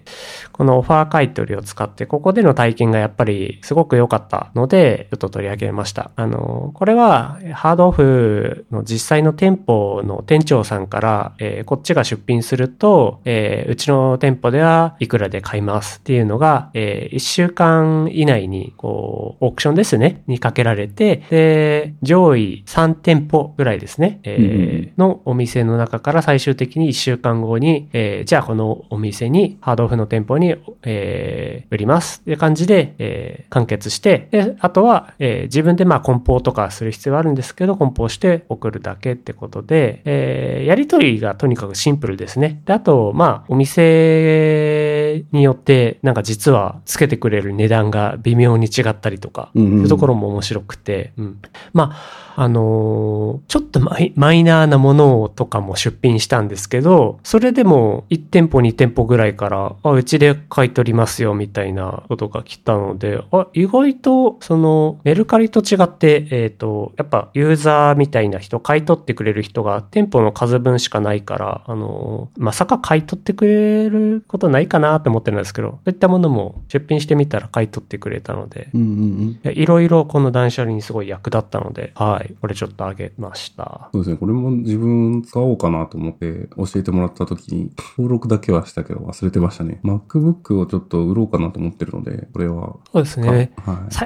このオファー買い取りを使って、ここでの体験がやっぱりすごく良かったので、ちょっと取り上げました。これは、ハードオフの実際の店舗の店長さんから、こっちが出品すると、うちの店舗ではいくらで買いますっていうのが、1週間以内に、こう、オークションですね、にかけられて、で、上位3店舗ぐらいですね、のお店の中から最終的に1週間後に、じゃあこのお店に、ハードオフの店舗に、売りますっていう感じで、完結して、で、あとは、自分でまあ梱包とかする必要はあるんですけど、梱包して送るだけってことで、やり取りがとにかくシンプルですね。で、あと、まあ、お店によって、なんか実はつけてくれる値段が微妙に違ったりとか、そういうところも面白くて、まあ、ちょっとマイナーなものとかも出品したんですけど、それでも1店舗2店舗ぐらいから、うちで買い取りますよみたいなことが来たので、意外とそのメルカリと違って、やっぱユーザーみたいな人、買い取ってくれる人が店舗の数分しかないから、まさか買い取ってくれることないかなと思ってるんですけど、そういったものも出品してみたら買い取ってくれたので、いろいろこの断捨離にすごい役立ったので、はい。これちょっとあげました。 そうですね。これも自分使おうかなと思って教えてもらった時に登録だけはしたけど忘れてましたね。MacBook をちょっと売ろうかなと思ってるので、これは。 そうですね。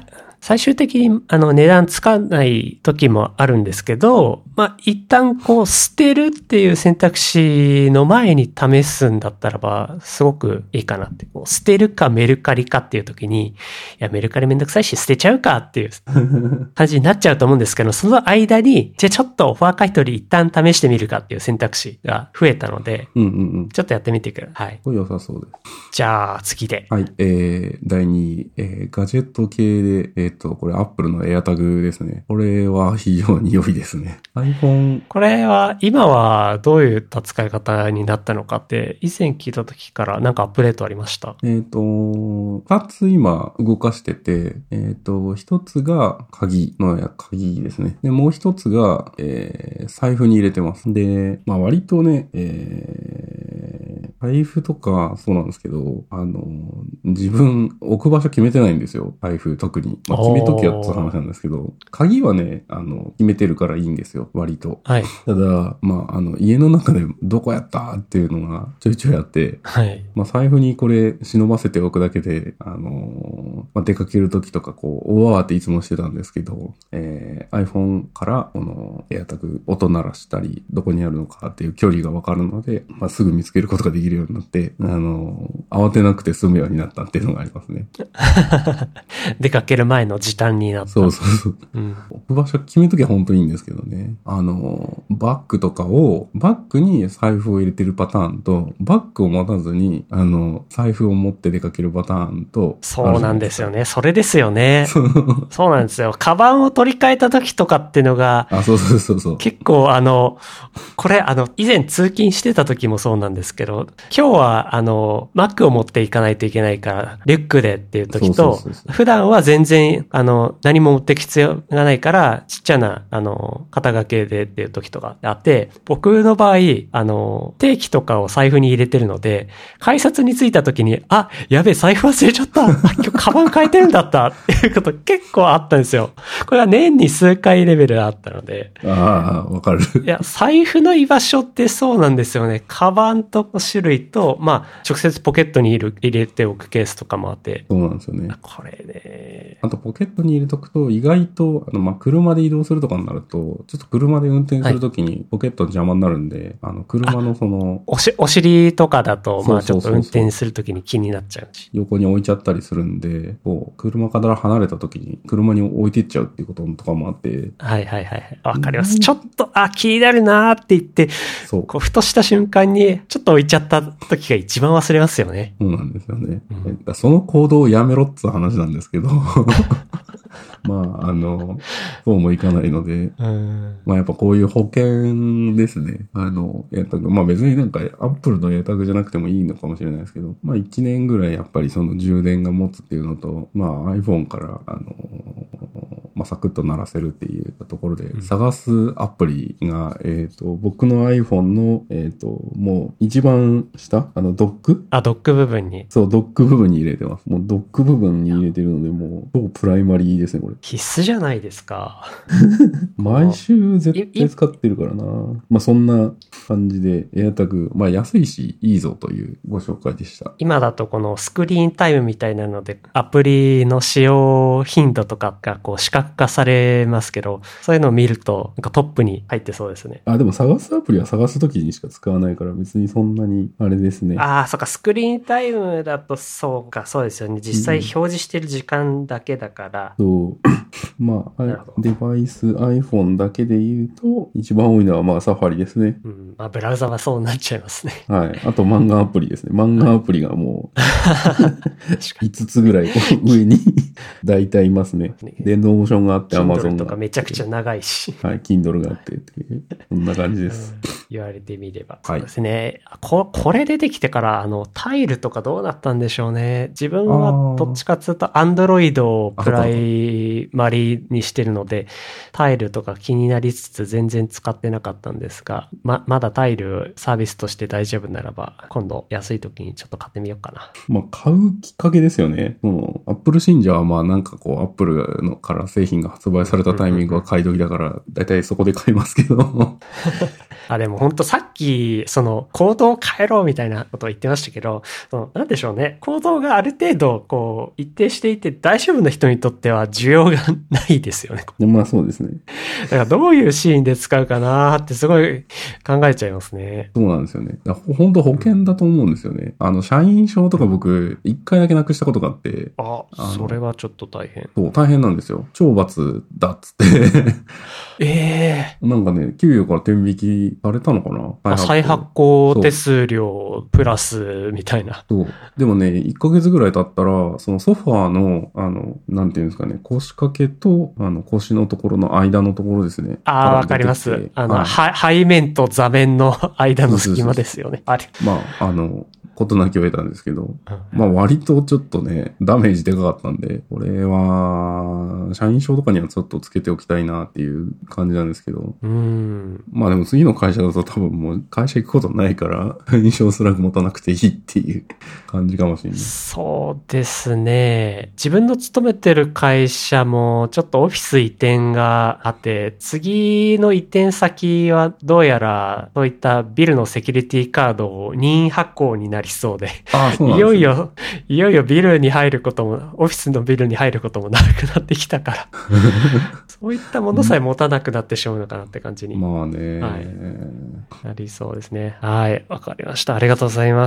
最終的に値段つかない時もあるんですけど、一旦捨てるっていう選択肢の前に試すんだったらば、すごくいいかなって。捨てるかメルカリかっていう時に、いや、メルカリめんどくさいし捨てちゃうかっていう感じになっちゃうと思うんですけど、その間に、じゃあちょっとオファー買い取り一旦試してみるかっていう選択肢が増えたので、ちょっとやってみてください。 これ良さそうです。 じゃあ次で。 はい。第2位、ガジェット系で、これ Apple の AirTag ですね。これは非常に良いですね。iPhone。 これは、今はどういった使い方になったのかって、以前聞いた時からなんかアップデートありました？ 2つ今動かしてて、一つが鍵ですね。で、もう一つが、財布に入れてます。で、割とね、財布とかそうなんですけど、自分置く場所決めてないんですよ。財布特に。決めときはって話なんですけど、鍵はね、決めてるからいいんですよ。割と。 はい。 ただ、家の中でどこやったっていうのがちょいちょいあって、 はい。 財布にこれ忍ばせておくだけで、出かけるときとかおわーっていつもしてたんですけど、iPhone からこの AirTag 音鳴らしたり、どこにあるのかっていう距離がわかるので、すぐ見つけることができるようになって、慌てなくて済むようになったっていうのがありますね。 出かける前の時短になった。 そう。置く場所決めときは本当にいいんですけどね。バッグとかを、バッグに財布を入れてるパターンと、バッグを持たずに、財布を持って出かけるパターンと。 そうなんですよね。それですよね。そうなんですよ。カバンを取り替えた時とかっていうのが、 そう。 結構これ以前通勤してた時もそうなんですけど、今日はMac を持っていかないといけないから、リュックでっていう時と、普段は全然何も持っていく必要がないから、ちっちゃな肩掛けでっていう時とかあって、僕の場合、定期とかを財布に入れてるので、改札に着いた時に、やべえ、財布忘れちゃった。今日カバン変えてるんだったっていうこと結構あったんですよ。これは年に数回レベルあったので。 わかる。 いや、財布の居場所ってそうなんですよね。カバンと種類と、直接ポケットに入れておくケースとかもあって。 そうなんですよね。 これね。 あとポケットに入れとくと、意外と、車で移動するとかになると、ちょっと車で運転するときにポケットの邪魔になるんで、車のお尻とかだと、ちょっと運転するときに気になっちゃうし。 横に置いちゃったりするんで、車から離れたときに車に置いてっちゃうっていうこととかもあって。 はい。わかります。ちょっと、気になるなーって言って、ふとした瞬間に、ちょっと置いちゃった時が一番忘れますよね。 そうなんですよね。その行動をやめろって話なんですけど。そうもいかないので。やっぱこういう保険ですね。別にApple の AirTag じゃなくてもいいのかもしれないですけど、1年ぐらいやっぱりその充電が持つっていうのと、iPhone から、サクッと鳴らせるっていうところで、探すアプリが、僕の iPhone の、もう一番下ドック？ ドック部分に。 そう、ドック部分に入れてます。もうドック部分に入れてるので、もう、超プライマリーですね、これ。 必須じゃないですか。 毎週絶対使ってるからな。そんな感じで、AirTag、安いし、いいぞというご紹介でした。 今だとこのスクリーンタイムみたいなので、アプリの使用頻度とかが視覚化されますけど、そういうのを見ると、トップに入ってそうですね。 でも探すアプリは探すときにしか使わないから、別にそんなに、あれですね。 そっか、スクリーンタイムだと、そうですよね。実際表示してる時間だけだから。 そう。デバイス iPhone だけで言うと、一番多いのはサファリですね。 ブラウザはそうなっちゃいますね。 はい。あと漫画アプリですね。漫画アプリがもう、5つぐらい上に大体いますね。で、ノーションがあって Amazon が。 とかめちゃくちゃ長いし。 はい。Kindle があってっていう、そんな感じです。 言われてみれば。そうですね。これ出てきてから、タイルとかどうなったんでしょうね。自分はどっちかっていうと、Android をプライマリーりにしてるので、タイルとか気になりつつ全然使ってなかったんですが、まだタイルサービスとして大丈夫ならば、今度安い時にちょっと買ってみようかな。 まあ、買うきっかけですよね。アップル信者はまあなんかこう、アップルのから製品が発売されたタイミングは買い時だから、だいたいそこで買いますけど。 でも本当さっき、コードを変えろみたいなことを言ってましたけど、なんでしょうね。コードがある程度、こう、一定していて大丈夫な人にとっては需要がないですよね。 まあそうですね。 だからどういうシーンで使うかなーってすごい考えちゃいますね。 そうなんですよね。本当保険だと思うんですよね。社員証とか僕、一回だけなくしたことがあって。 それはちょっと大変。 そう、大変なんですよ。懲罰だっつってなんかね、給与から転引きされたのかな、 再発行手数料プラスみたいな。 そう。でもね、1ヶ月ぐらい経ったら、そのソファーの、なんていうんですかね、腰掛けと、腰のところの間のところですね。 わかります。背面と座面の間の隙間ですよね。あれ。 まあ、ことなきを得たんですけど、まあ割とちょっとね、ダメージでかかったんで、これは、社員証とかにはちょっとつけておきたいなっていう感じなんですけど。まあでも次の会社だと多分もう会社行くことないから、社員証すら持たなくていいっていう感じかもしれない。 そうですね。自分の勤めてる会社もちょっとオフィス移転があって、次の移転先はどうやらそういったビルのセキュリティカードを任意発行になりそうで、いよいよビルに入ることも、オフィスのビルに入ることもなくなってきたから、そういったものさえ持たなくなってしまうのかなって感じに。 まあね。 はい。なりそうですね。はい。わかりました。ありがとうございます。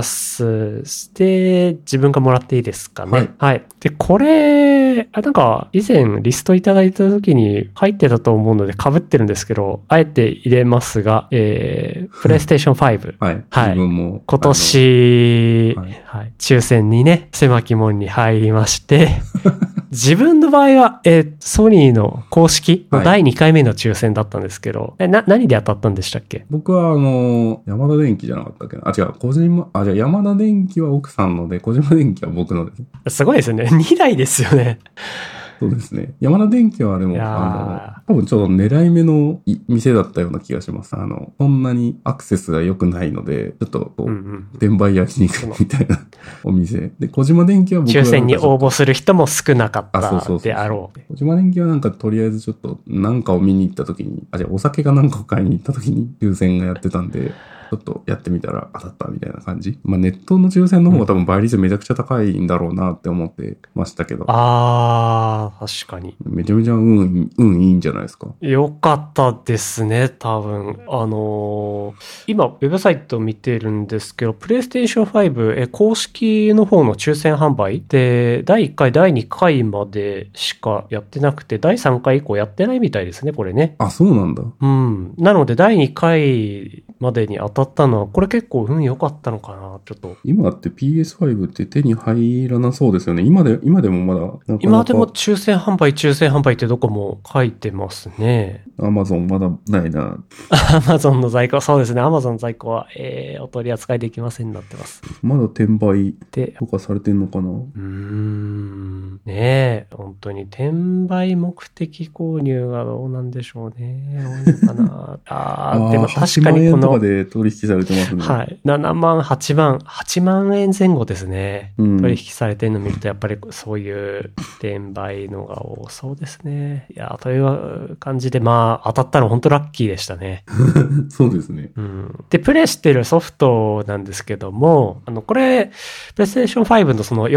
で、自分がもらっていいですかね。はい。で、これ、なんか、以前リストいただいた時に入ってたと思うので被ってるんですけど、あえて入れますが、プレイステーション5。 はい。自分も。 今年、抽選にね、狭き門に入りまして、自分の場合は、ソニーの公式の第2回目の抽選だったんですけど、何で当たったんでしたっけ？ 僕は山田電機じゃなかったっけな。違う、じゃあ山田電機は奥さんので、小島電機は僕のです。 すごいですよね。2台ですよね。 そうですね。山田電機はでも、多分ちょっと狙い目の店だったような気がします。そんなにアクセスが良くないので、ちょっとこう、転売焼肉みたいなお店。で、小島電機は僕は抽選に応募する人も少なかったであろう。 小島電機はなんかとりあえずちょっとなんかを見に行った時に、じゃあお酒がなんかを買いに行った時に抽選がやってたんで、ちょっとやってみたら当たったみたいな感じ。まあネットの抽選の方が多分倍率めちゃくちゃ高いんだろうなって思ってましたけど。 確かに。 めちゃめちゃ運いいんじゃないですか。 よかったですね、多分。今、ウェブサイト見てるんですけど、プレイステーション5、公式の方の抽選販売で、第1回、第2回までしかやってなくて、第3回以降やってないみたいですね、これね。 そうなんだ。 なので、第2回までに当たったのは、これ結構運良かったのかな、ちょっと。 今って PS5 って手に入らなそうですよね。今でもまだなかなか。 今でも抽選販売ってどこも書いてますね。 Amazon まだないな。 Amazon の在庫、そうですね。Amazon の在庫は、お取り扱いできませんになってます。 まだ転売とかされてんのかな？ ねえ、本当に転売目的購入がどうなんでしょうね。多いのかな。でも確かにこの。8万円とかで取引されてますね。 はい。7万、8万円前後ですね。取引されてるのを見ると、やっぱりそういう転売のが多そうですね。いや、という感じで、当たったの本当ラッキーでしたね。 そうですね。 で、プレイしてるソフトなんですけども、これ、プレイステーション5のその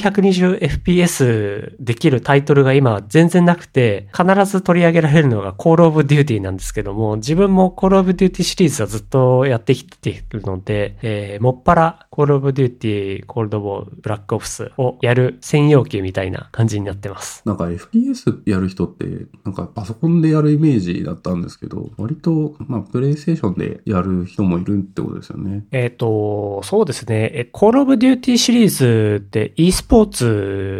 4K120fps できるタイトルが今全然なくて、必ず取り上げられるのが Call of Duty なんですけども、自分も Call of Duty シリーズはずっとやってきているので、もっぱら Call of Duty Cold War Black Ops をやる専用機みたいな感じになってます。 なんか FPS やる人って、なんかパソコンでやるイメージだったんですけど、割と、プレイステーションでやる人もいるってことですよね。 そうですね。Call of Duty シリーズって e スポーツ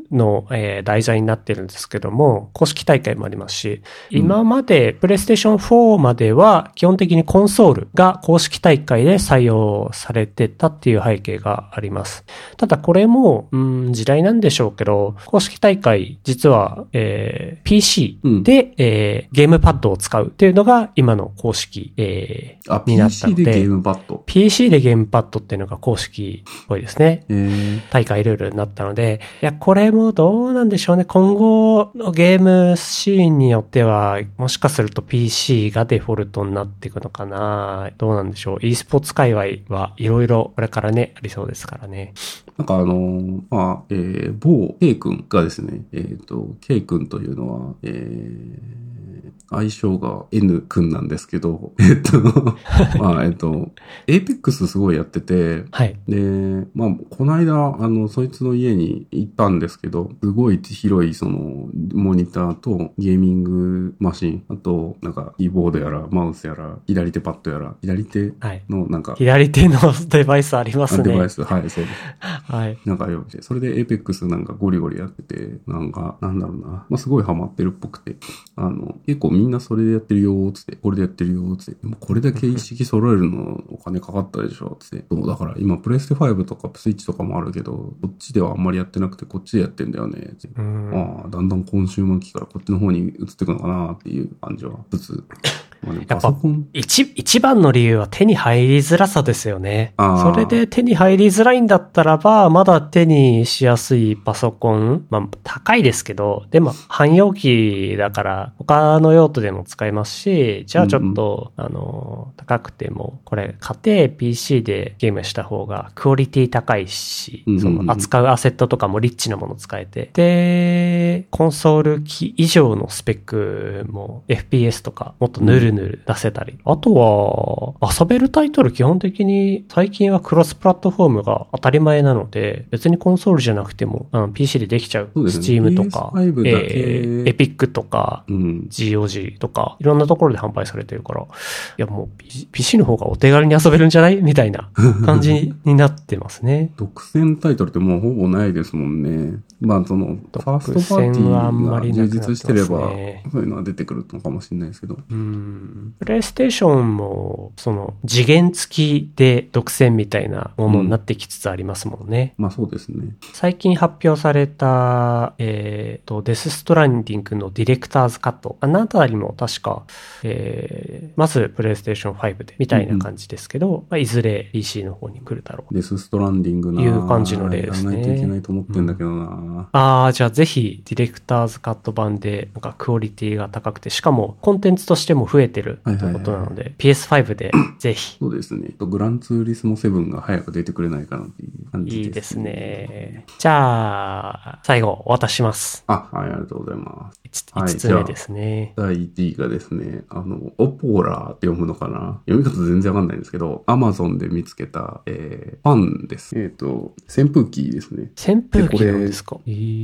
の、題材になってるんですけども、公式大会もありますし、今までプレイステーション4までは基本的にコンソールが公式大会で採用されてたっていう背景があります。ただこれも、時代なんでしょうけど、公式大会実は、PC で、ゲームパッドを使うっていうのが今の公式、になったので。 PC でゲームパッド。 PC でゲームパッドっていうのが公式っぽいですね。大会ルールになったので、いや、これもどうなんでしょうね。今後のゲームシーンによっては、もしかすると PC がデフォルトになっていくのかな。どうなんでしょう。e スポーツ界隈はいろいろこれからね、ありそうですからね。 なんか某 K 君がですね、K 君というのは、愛称が N 君なんですけど、Apex すごいやってて、 はい。 で、この間、そいつの家に行ったんですけど、すごい広い、モニターとゲーミングマシン、あと、なんか、キーボードやら、マウスやら、左手パッドやら、左手の、なんか、 左手のデバイスありますね。 デバイス、はい、そうです。 はい。 なんかよくて、それで Apex なんかゴリゴリやってて、なんか、なんだろうな、すごいハマってるっぽくて、結構みんなそれでやってるよーつって、これでやってるよーつって、でもこれだけ一式揃えるのお金かかったでしょつって。そう、だから今プレステ5とかスイッチとかもあるけど、こっちではあんまりやってなくてこっちでやってんだよね。ああ、だんだんコンシューマー機からこっちの方に移っていくのかなっていう感じはつつ。 やっぱ一番の理由は手に入りづらさですよね。それで手に入りづらいんだったらば、まだ手にしやすいパソコン、高いですけど、でも汎用機だから他の用途でも使えますし、じゃあちょっと、高くても、これ家庭 PC でゲームした方がクオリティ高いし、その扱うアセットとかもリッチなもの使えて、で、コンソール機以上のスペックも FPS とかもっとヌル出せたり。あとは、遊べるタイトル基本的に最近はクロスプラットフォームが当たり前なので、別にコンソールじゃなくてもPC でできちゃう。Steam とか、Epic とか、GOG とか、いろんなところで販売されてるから、いやもう PC の方がお手軽に遊べるんじゃないみたいな感じになってますね。 独占タイトルってもうほぼないですもんね。ファーストパーティーが充実してれば、そういうのは出てくるのかもしれないですけど。 プレイステーションも、次元付きで独占みたいなものになってきつつありますもんね。 そうですね。 最近発表された、デスストランディングのディレクターズカット。あのあたりも確か、まずプレイステーション5で、みたいな感じですけど、いずれ PC の方に来るだろう。 デスストランディングないう感じの例ですね。 やらないといけないと思ってんだけどな。 じゃあぜひディレクターズカット版で、なんかクオリティが高くて、しかもコンテンツとしても増えてるってことなので、PS5 でぜひ。 そうですね。グランツーリスモ7が早く出てくれないかなっていう感じですね。 いいですね。じゃあ、最後、お渡しします。 はい、ありがとうございます。 5つ目ですね。 第1位がですね、オポラーって読むのかな、読み方全然わかんないんですけど、Amazon で見つけた、ファンです。扇風機ですね。 扇風機なんですか？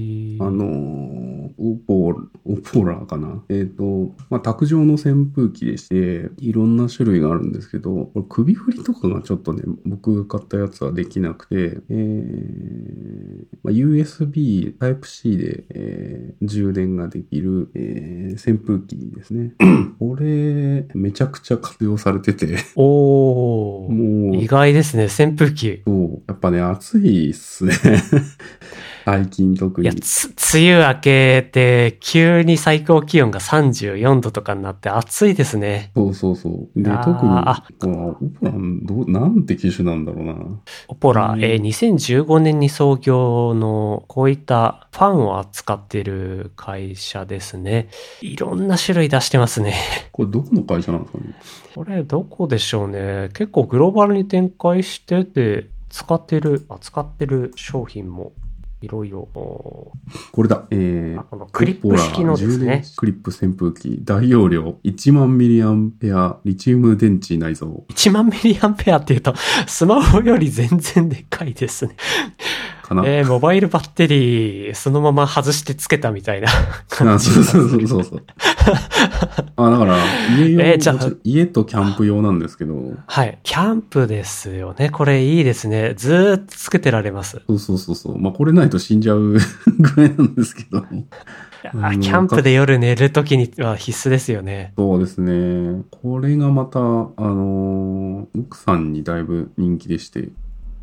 オポラーかな。卓上の扇風機でして、いろんな種類があるんですけど、これ首振りとかがちょっとね、僕が買ったやつはできなくて、USB Type-C で、充電ができる、扇風機ですね。これ、めちゃくちゃ活用されてて。 もう、意外ですね、扇風機。 そう。やっぱね、暑いっすね。最近特に。 いや、梅雨明けて、急に最高気温が34度とかになって暑いですね。 そう。で、特に、オポラ、なんて機種なんだろうな。 オポラ、2015年に創業の、こういったファンを扱っている会社ですね。いろんな種類出してますね。 これどこの会社なんですかね？ これどこでしょうね。結構グローバルに展開してて、扱ってる商品もいろいろ。これだ。 クリップ式のですね。 クリップ扇風機、大容量、1万ミリアンペア、リチウム電池内蔵。 1万ミリアンペアって言うと、スマホより全然でかいですね。 かな。 モバイルバッテリー、そのまま外してつけたみたいな感じ。 そう。だから、家とキャンプ用なんですけど。 はい。キャンプですよね。これいいですね。ずーっとつけてられます。 そう。まあ、これないと死んじゃうぐらいなんですけど。 キャンプで夜寝るときには必須ですよね。 そうですね。これがまた、奥さんにだいぶ人気でして、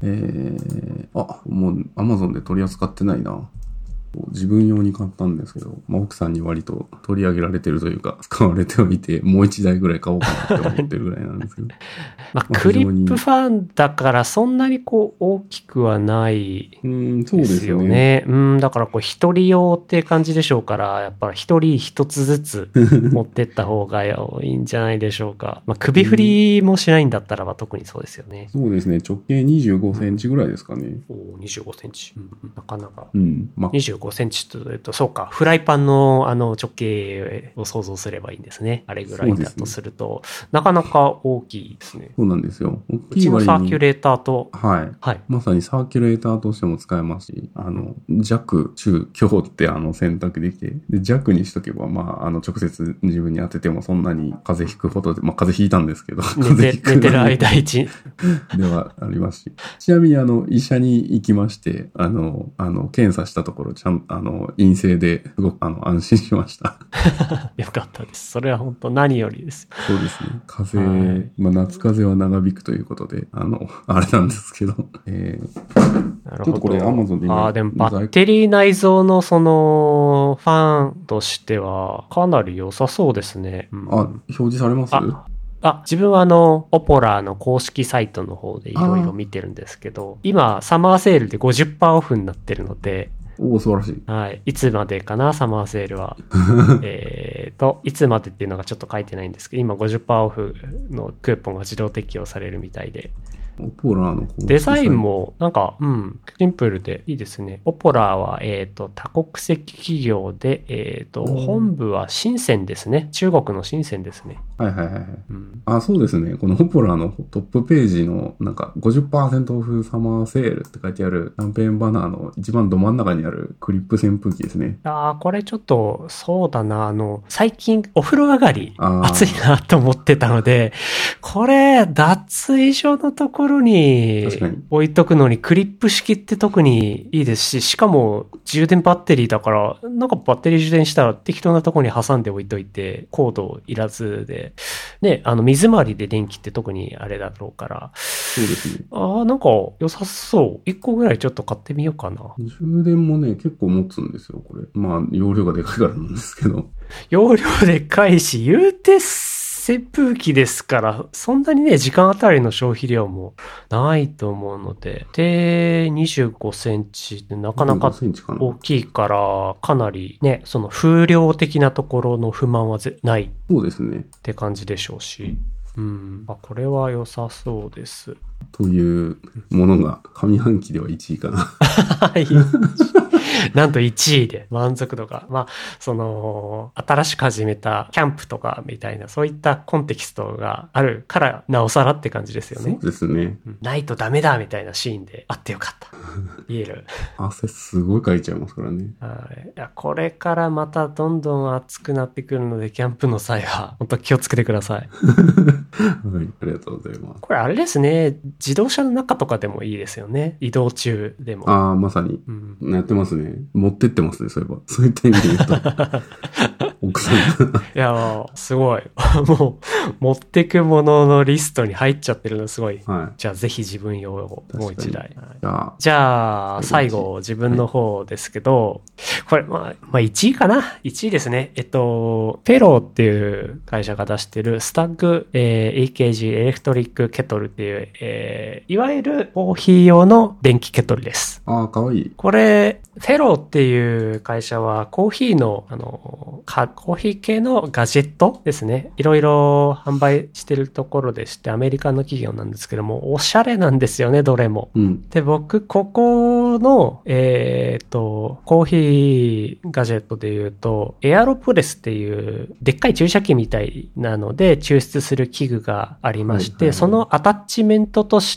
もう Amazon で取り扱ってないな。自分用に買ったんですけど、まあ、奥さんに割と取り上げられてるというか、使われておいて、もう一台ぐらい買おうかなって思ってるぐらいなんですけど。 まあ、クリップファンだからそんなに大きくはないですよね。だから一人用って感じでしょうから、やっぱ一人一つずつ持ってった方がいいんじゃないでしょうか。まあ、首振りもしないんだったらば特にそうですよね。 そうですね。直径25センチぐらいですかね。 25センチ。なかなか。25センチというと、そうか、フライパンの直径を想像すればいいんですね。あれぐらいだとすると、なかなか大きいですね。 そうなんですよ。大きい割にうちのサーキュレーターと、 はい。まさにサーキュレーターとしても使えますし、弱、中、強って選択できて、で弱にしとけば、直接自分に当ててもそんなに風邪ひくほどで、風邪ひいたんですけど、 寝てる間一ではありますし。ちなみに医者に行きまして、検査したところ、陰性ですごく安心しました。 よかったです。それは本当何よりです。 そうですね。夏風邪は長引くということで、あれなんですけど。 なるほど。 ちょっとこれ Amazon ででもバッテリー内蔵のファンとしてはかなり良さそうですね。 表示されます？ 自分はオポラの公式サイトの方でいろいろ見てるんですけど、今サマーセールで 50% オフになってるので、 素晴らしい。 はい。いつまでかな、サマーセールは。いつまでっていうのがちょっと書いてないんですけど、今 50% オフのクーポンが自動適用されるみたいで。 オポラのデザインも、シンプルでいいですね。オポラは、多国籍企業で、本部は深センですね。中国の深センですね。 はい。そうですね。このオポラのトップページの、50% オフサマーセールって書いてあるキャンペーンバナーの一番ど真ん中にあるクリップ扇風機ですね。 これちょっと、そうだな、最近お風呂上がり、暑いなと思ってたので、これ、脱衣所のところに置いとくのにクリップ式って特にいいですし、しかも充電バッテリーだから、バッテリー充電したら適当なところに挟んで置いといて、コードいらずで、ね、水回りで電気って特にあれだろうから。 そうですね。 良さそう。1個ぐらいちょっと買ってみようかな。 充電もね、結構持つんですよ、これ。容量がでかいからなんですけど。 容量でかいし、言うて扇風機ですから、そんなにね、時間あたりの消費量もないと思うので、で、25センチってなかなか大きいから、かなりね、その風量的なところの不満はない。 そうですね。 って感じでしょうし。これは良さそうです。 というものが上半期では1位かな。 はい。なんと1位で満足度が。新しく始めたキャンプとかみたいな、そういったコンテキストがあるから、なおさらって感じですよね。 そうですね。 ないとダメだみたいなシーンであってよかった。言える。 汗すごいかいちゃいますからね。 はい。これからまたどんどん暑くなってくるので、キャンプの際は、本当気をつけてください。はい。 ありがとうございます。 これあれですね。自動車の中とかでもいいですよね。移動中でも。 まさに。やってますね。持ってってますね、そういえば。そういった意味で言うと。奥さん。 いや、すごい。もう、持ってくもののリストに入っちゃってるのすごい。 はい。 じゃあぜひ自分用をもう一台。 じゃあ、最後、自分の方ですけど、これ、1位かな ?1 位ですね。ペローっていう会社が出してるスタッグ、EKG エレクトリックケトルっていう、いわゆるコーヒー用の電気ケトルです。 かわいい。 これ、フェローっていう会社はコーヒーの、コーヒー系のガジェットですね。いろいろ販売してるところでして、アメリカの企業なんですけども、おしゃれなんですよね、どれも。で、僕、ここ用の、コーヒーガジェットで言うと、エアロプレスっていうでっかい注射器みたいなので抽出する器具がありまして、そのアタッチメントとして、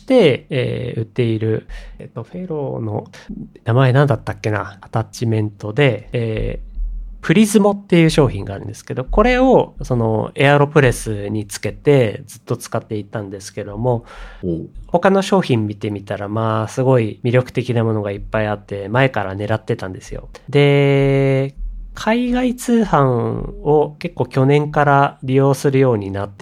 売っている、フェローの名前なんだったっけな、アタッチメントで、プリズモっていう商品があるんですけど、これをそのエアロプレスにつけてずっと使っていたんですけども、他の商品見てみたらまあすごい魅力的なものがいっぱいあって前から狙ってたんですよ。で、海外通販を結構去年から利用するようになって、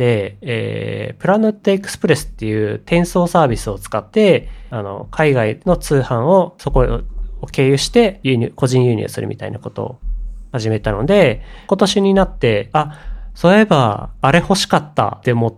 プラネットエクスプレスっていう転送サービスを使って、海外の通販をそこを経由して個人輸入するみたいなことを始めたので、今年になって、そういえば、あれ欲しかったって思って、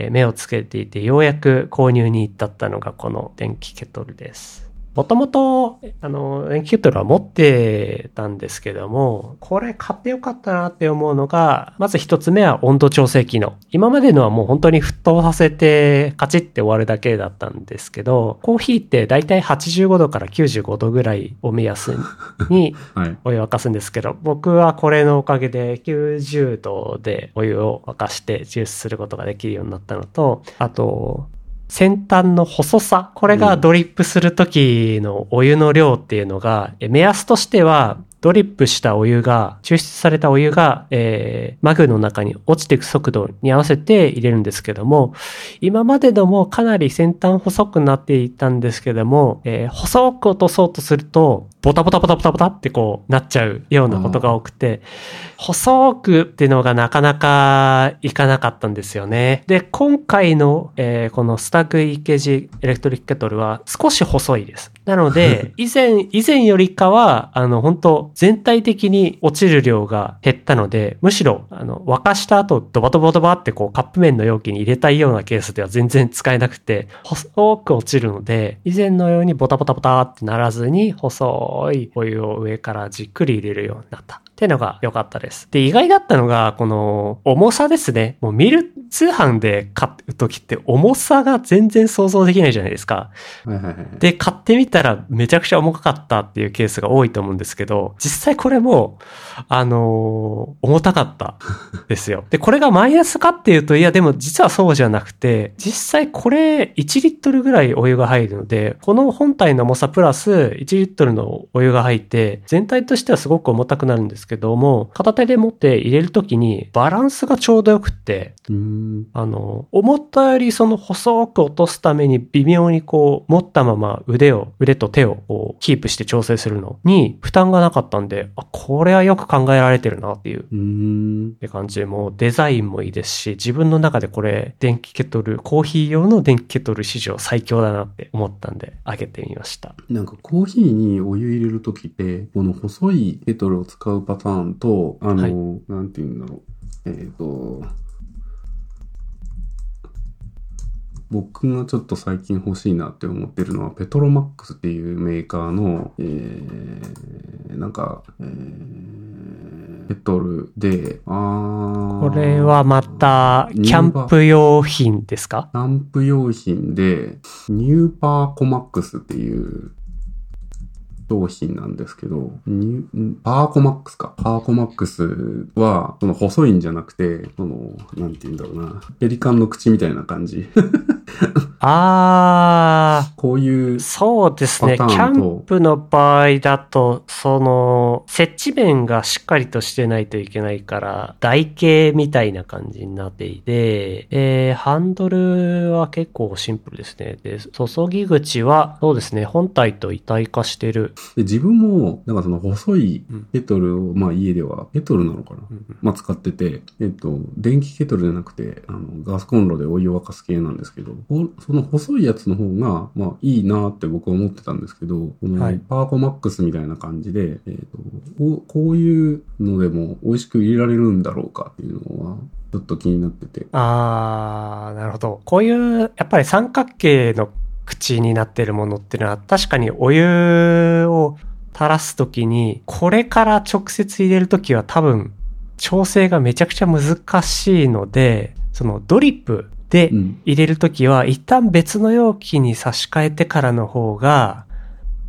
目をつけていて、ようやく購入に至ったのがこの電気ケトルです。もともと、電気ケトルは持ってたんですけども、これ買ってよかったなって思うのが、まず一つ目は温度調整機能。今までのはもう本当に沸騰させてカチッて終わるだけだったんですけど、コーヒーってだいたい85度から95度ぐらいを目安にお湯を沸かすんですけど、僕はこれのおかげで90度でお湯を沸かして抽出することができるようになったのと、あと、先端の細さ。これがドリップするときのお湯の量っていうのが、目安としては、ドリップしたお湯が、抽出されたお湯が、マグの中に落ちていく速度に合わせて入れるんですけども、今までのもかなり先端細くなっていたんですけども、細く落とそうとすると、ボタボタボタボタボタってこうなっちゃうようなことが多くて、細くっていうのがなかなかいかなかったんですよね。で、今回の、このスタグ EKG エレクトリックケトルは少し細いです。なので、以前よりかは、本当全体的に落ちる量が減ったので、むしろ、沸かした後、ドバドバドバってこうカップ麺の容器に入れたいようなケースでは全然使えなくて、細く落ちるので、以前のようにボタボタボタってならずに、細いお湯を上からじっくり入れるようになった。っていうのが良かったです。で、意外だったのが、この重さですね。もう通販で買うときって重さが全然想像できないじゃないですか。で、買ってみたらめちゃくちゃ重かったっていうケースが多いと思うんですけど、実際これも、重たかったですよ。で、これがマイナスかっていうと、いやでも実はそうじゃなくて、実際これ1リットルぐらいお湯が入るので、この本体の重さプラス1リットルのお湯が入って、全体としてはすごく重たくなるんですけども、片手で持って入れるときにバランスがちょうどよくって、思ったよりその細く落とすために微妙にこう持ったまま腕と手をこうキープして調整するのに負担がなかったんで、これはよく考えられてるなっていうって感じで、もうデザインもいいですし、自分の中でこれ電気ケトル、コーヒー用の電気ケトル史上最強だなって思ったんであげてみました。 なんかコーヒーにお湯入れるときってこの細いケトルを使うパターンとなんていうんだろう、僕がちょっと最近欲しいなって思ってるのはペトロマックスっていうメーカーの、ケトルで、 これはまたキャンプ用品ですか？ キャンプ用品でニューパーコマックスっていう商品なんですけど、パーコマックスか。パーコマックスは、その細いんじゃなくて、なんて言うんだろうな。ペリカンの口みたいな感じ。こういう。 そうですね。キャンプの場合だと、接地面がしっかりとしてないといけないから、台形みたいな感じになっていて、ハンドルは結構シンプルですね。で、注ぎ口は、そうですね。本体と一体化してる。 で、自分も、なんかその細いケトルを、家では、ケトルなのかな、使ってて、電気ケトルじゃなくて、ガスコンロでお湯を沸かす系なんですけど、その細いやつの方が、いいなって僕は思ってたんですけど、このパーコマックスみたいな感じで、こういうのでも美味しく入れられるんだろうかっていうのは、ちょっと気になってて。 なるほど。こういう、やっぱり三角形の口になってるものっていうのは確かにお湯を垂らすときにこれから直接入れるときは多分調整がめちゃくちゃ難しいので、そのドリップで入れるときは一旦別の容器に差し替えてからの方が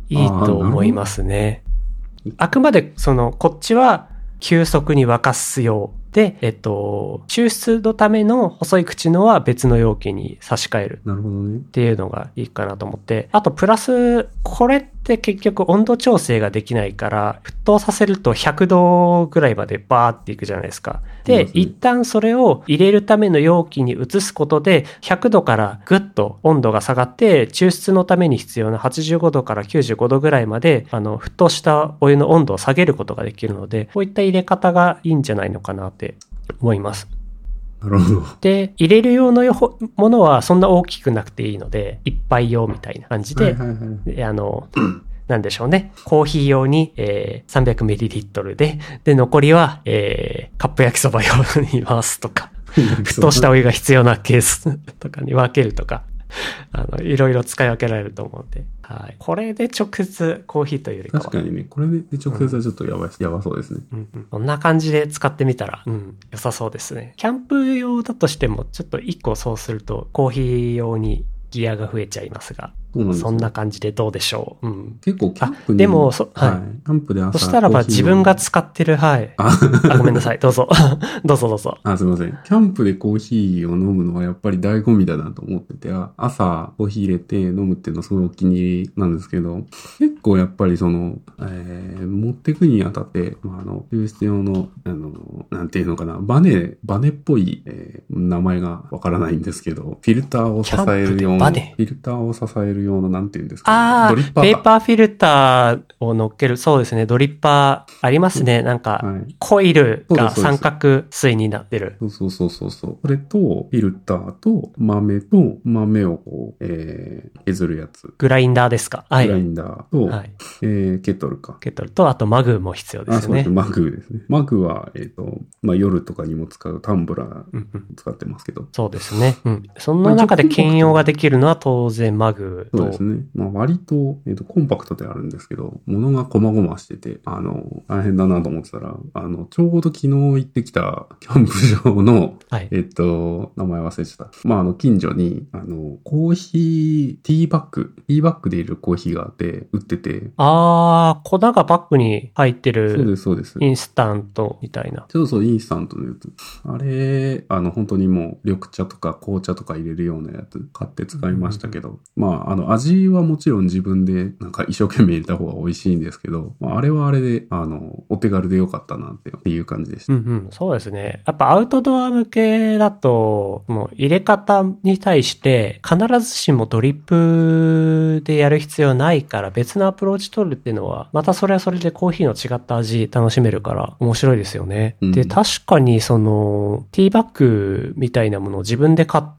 いいと思いますね。あくまで、こっちは急速に沸かすようで、抽出のための細い口のは別の容器に差し替える。 なるほどね。 っていうのがいいかなと思って。あと、プラス、これって結局温度調整ができないから、沸騰させると100度ぐらいまでバーっていくじゃないですか。で、一旦それを入れるための容器に移すことで、100度からぐっと温度が下がって、抽出のために必要な85度から95度ぐらいまで、沸騰したお湯の温度を下げることができるので、こういった入れ方がいいんじゃないのかなって思います。 なるほど。 で、入れる用のものはそんな大きくなくていいので、一杯用みたいな感じで、なんでしょうね。コーヒー用に、300ml で、残りは、カップ焼きそば用に回すとか、沸騰したお湯が必要なケースとかに分けるとか、いろいろ使い分けられると思うので、はい。これで直接コーヒーというよりかは。 確かにね、これで直接はちょっとやばそうですね。 こんな感じで使ってみたら、良さそうですね。キャンプ用だとしても、ちょっと一個そうすると、コーヒー用にギアが増えちゃいますが、そんな感じでどうでしょう。 結構キャンプに。 でも、 はい。キャンプで朝。 そしたらば自分が使ってる、はい。ごめんなさい。どうぞ。どうぞ。 すいません。キャンプでコーヒーを飲むのはやっぱり醍醐味だなと思ってて、朝コーヒー入れて飲むっていうのはすごいお気に入りなんですけど、結構やっぱり持ってくにあたって、抽出用の、なんていうのかな、バネっぽい、名前がわからないんですけど、フィルターを支えるような、なんていうんですか、ドリッパー。 ペーパーフィルターを乗っける、そうですね、ドリッパーありますね。なんか、コイルが三角錐になってる。 そう。これと、フィルターと、豆をこう、削るやつ。 グラインダーですか。はい。 グラインダーと、はい、ケトルか。 ケトルと、あとマグも必要ですね。 そうですね、マグですね。マグは、夜とかにも使うタンブラー使ってますけど。 そうですね。その中で兼用ができるのは当然マグと。 そうですね。割と、コンパクトであるんですけど、物が細々してて、大変だなと思ってたら、ちょうど昨日行ってきたキャンプ場の、はい、名前忘れちゃった。近所に、コーヒー、ティーバッグで入れるコーヒーがあって、売ってて。 粉がバッグに入ってる。 そうです。 インスタントみたいな。 そう、インスタントのやつ。あれ、本当にもう、緑茶とか紅茶とか入れるようなやつ買って使いましたけど、味はもちろん自分でなんか一生懸命入れた方が美味しいんですけど、あれはあれで、お手軽でよかったなっていう感じでした。 そうですね。やっぱアウトドア向けだと、もう入れ方に対して必ずしもドリップでやる必要ないから別のアプローチ取るっていうのは、またそれはそれでコーヒーの違った味楽しめるから面白いですよね。で、確かにティーバッグみたいなものを自分で買って、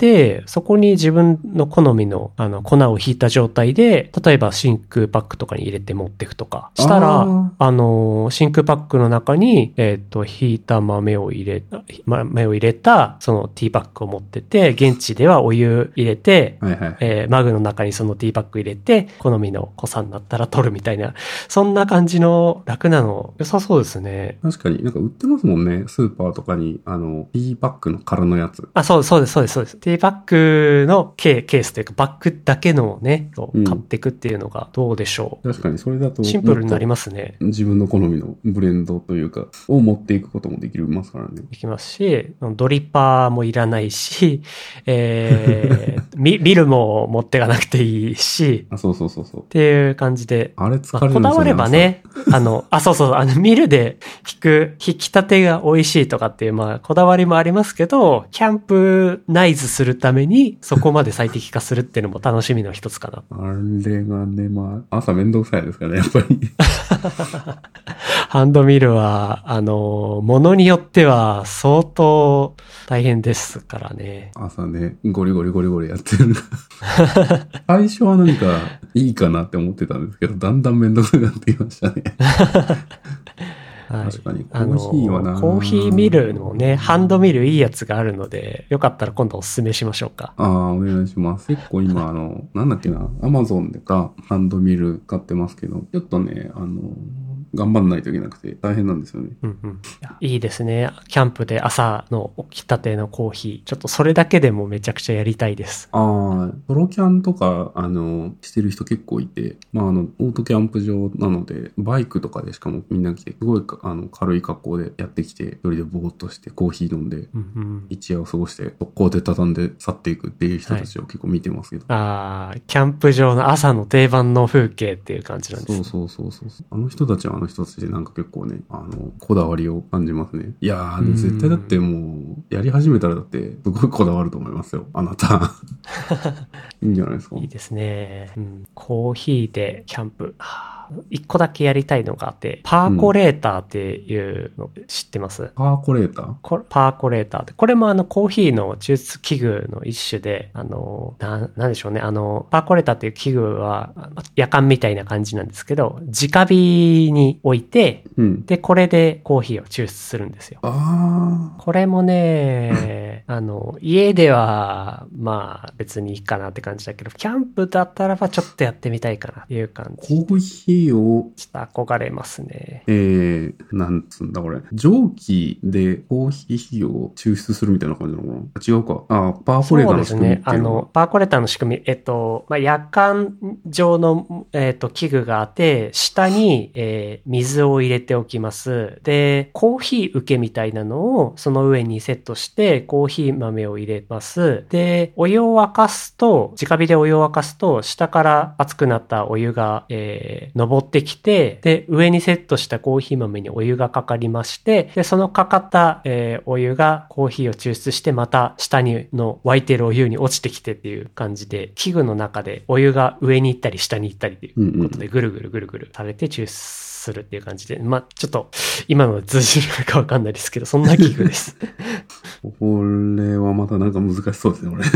そこに自分の好みの粉をひいた状態で、例えば真空パックとかに入れて持っていくとかしたら、真空パックの中に、ひいた豆を入れた、そのティーバッグを持ってて、現地ではお湯入れて、マグの中にそのティーバッグ入れて、好みの濃さになったら取るみたいな、そんな感じの楽なの良さそうですね。 確かになんか売ってますもんね。スーパーとかに、ティーバッグの空のやつ。 そうです。ティーバッグのケースというか、バッグだけのね、買っていくっていうのがどうでしょう。 確かにそれだと。 シンプルになりますね。 自分の好みのブレンドというか、を持っていくこともできますからね。 できますし、ドリッパーもいらないし、ミルも持ってかなくていいし。 そう。 っていう感じで。 あれ疲れるんですよね。 こだわればね、ミルで引き立てが美味しいとかっていう、こだわりもありますけど、キャンプナイズするためにそこまで最適化するっていうのも楽しみの一つかな。 あれがね、朝めんどくさいですからね、やっぱり。 ハンドミルは、ものによっては相当大変ですからね。 朝ね、ゴリゴリやってる。最初は何かいいかなって思ってたんですけど、だんだんめんどくさくなってきましたね。確かに。コーヒーはな。 コーヒーミルのね、ハンドミルいいやつがあるので、よかったら今度おすすめしましょうか。 お願いします。結構今、なんだっけな、アマゾンでか、ハンドミル買ってますけど、ちょっとね、 頑張んないといけなくて大変なんですよね。 うんうん。いいですね。キャンプで朝の起きたてのコーヒー。ちょっとそれだけでもめちゃくちゃやりたいです。 ああ、ソロキャンとか、してる人結構いて、オートキャンプ場なので、バイクとかでしかもみんな来て、すごい軽い格好でやってきて、一人でぼーっとしてコーヒー飲んで、 うんうん、 一夜を過ごして、速攻で畳んで去っていくっていう人たちを結構見てますけど。 はい、キャンプ場の朝の定番の風景っていう感じなんですね。 そう。あの人たちはあの人たちでなんか結構ね、こだわりを感じますね。いやー、絶対だってもう、やり始めたらだって、すごいこだわると思いますよ。あなた。いいんじゃないですか。 いいですね。うん、コーヒーでキャンプ。一個だけやりたいのがあって、パーコレーターっていうの知ってます？ パーコレーター？ パーコレーターって。これもコーヒーの抽出器具の一種で、なんでしょうね。パーコレーターっていう器具は、夜間みたいな感じなんですけど、直火に置いて、で、これでコーヒーを抽出するんですよ。これもね、家では、まあ、別にいいかなって感じだけど、キャンプだったらばちょっとやってみたいかなっていう感じ。 コーヒーを、 ちょっと憧れますね。 なんつうんだこれ。蒸気でコーヒーを抽出するみたいな感じなのかな？違うか。パーコレーターの仕組みっていうのは。 そうですね。パーコレーターの仕組み、夜間上の、器具があって、下に、水を入れておきます。で、コーヒー受けみたいなのをその上にセットして、コーヒー豆を入れます。で、お湯を沸かすと、直火でお湯を沸かすと、下から熱くなったお湯が、昇ってきて、で、上にセットしたコーヒー豆にお湯がかかりまして、で、そのかかった、お湯がコーヒーを抽出して、また下にの沸いてるお湯に落ちてきてっていう感じで、器具の中でお湯が上に行ったり下に行ったりっていうことで、ぐるぐるされて抽出するっていう感じで、まあ、ちょっと、今の通じるかわかんないですけど、そんな器具です。 これはまたなんか難しそうですね、これ。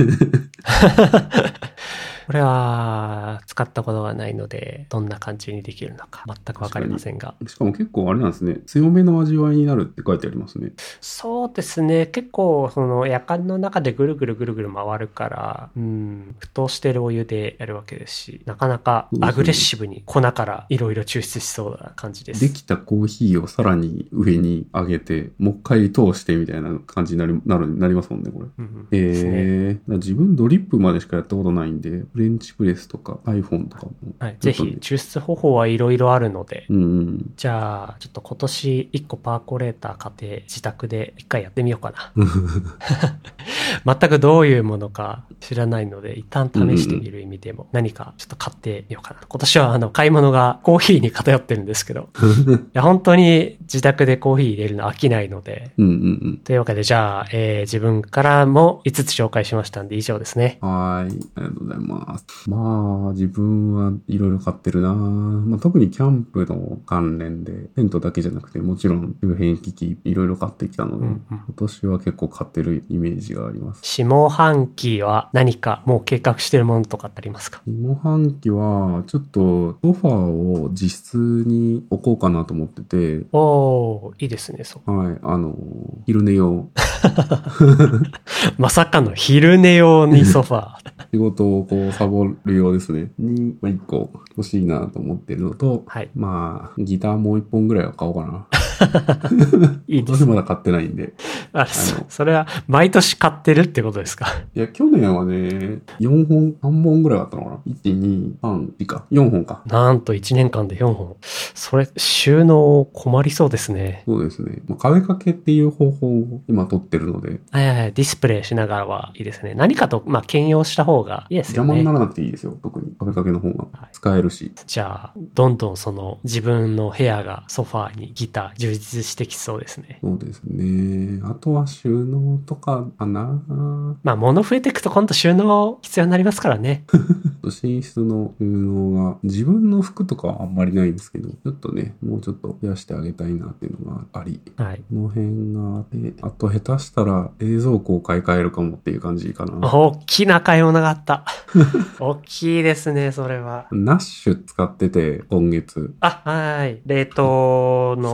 これは使ったことがないので、どんな感じにできるのか全くわかりませんが。 しかも結構あれなんですね。強めの味わいになるって書いてありますね。 そうですね。結構、夜間の中でぐるぐる回るから、沸騰してるお湯でやるわけですし、なかなかアグレッシブに粉からいろいろ抽出しそうな感じです。 できたコーヒーをさらに上に上げて、もう一回通してみたいな感じになりますもんね、これ。自分ドリップまでしかやったことないんで、フレンチプレスとか iPhone とかも、 はい、ぜひ抽出方法はいろいろあるので、じゃあちょっと今年1個パーコレーター買って自宅で1回やってみようかな。全くどういうものか知らないので、一旦試してみる意味でも何かちょっと買ってみようかな。今年は買い物がコーヒーに偏ってるんですけど、いや本当に自宅でコーヒー入れるの飽きないので、というわけでじゃあ、自分からも5つ紹介しましたんで以上ですね。 はい、ありがとうございます。まあ、自分はいろいろ買ってるな。まあ、特にキャンプの関連で、テントだけじゃなくて、もちろん周辺機器いろいろ買ってきたので、今年は結構買ってるイメージがあります。 下半期は何かもう計画してるものとかってありますか？ 下半期は、ちょっとソファーを自室に置こうかなと思ってて。 おー、いいですね、そう。 はい、昼寝用。 まさかの昼寝用にソファー。 仕事をこうサボるようですね。に、まあ、1個欲しいなと思ってるのと、 はい、 まあ、ギターもう1本ぐらいは買おうかな。 いいです。 今年まだ買ってないんで。 それは毎年買ってるってことですか？ いや、去年はね、3本ぐらいあったのかな？ 1、2、3、4か。4本か。 なんと1年間で4本。それ、収納困りそうですね。 そうですね。まあ、壁掛けっていう方法を今取ってるので。 はい、ディスプレイしながらはいいですね。何かと、まあ、兼用した方がいいですよね。 邪魔にならなくていいですよ。特に壁掛けの方が使えるし。 じゃあ、どんどん自分の部屋がソファーにギター充実してきそうですね。 そうですね。あとは収納とかかな。 まあ物増えていくと今度収納必要になりますからね。 寝室の収納が自分の服とかはあんまりないんですけど、ちょっとね、もうちょっと増やしてあげたいなっていうのがあり。 はい。 この辺があって、あと下手したら冷蔵庫を買い替えるかもっていう感じかな。 大きな買い物があった。大きいですね、それは。 ナッシュ使ってて、今月。 はい。冷凍の。 そう。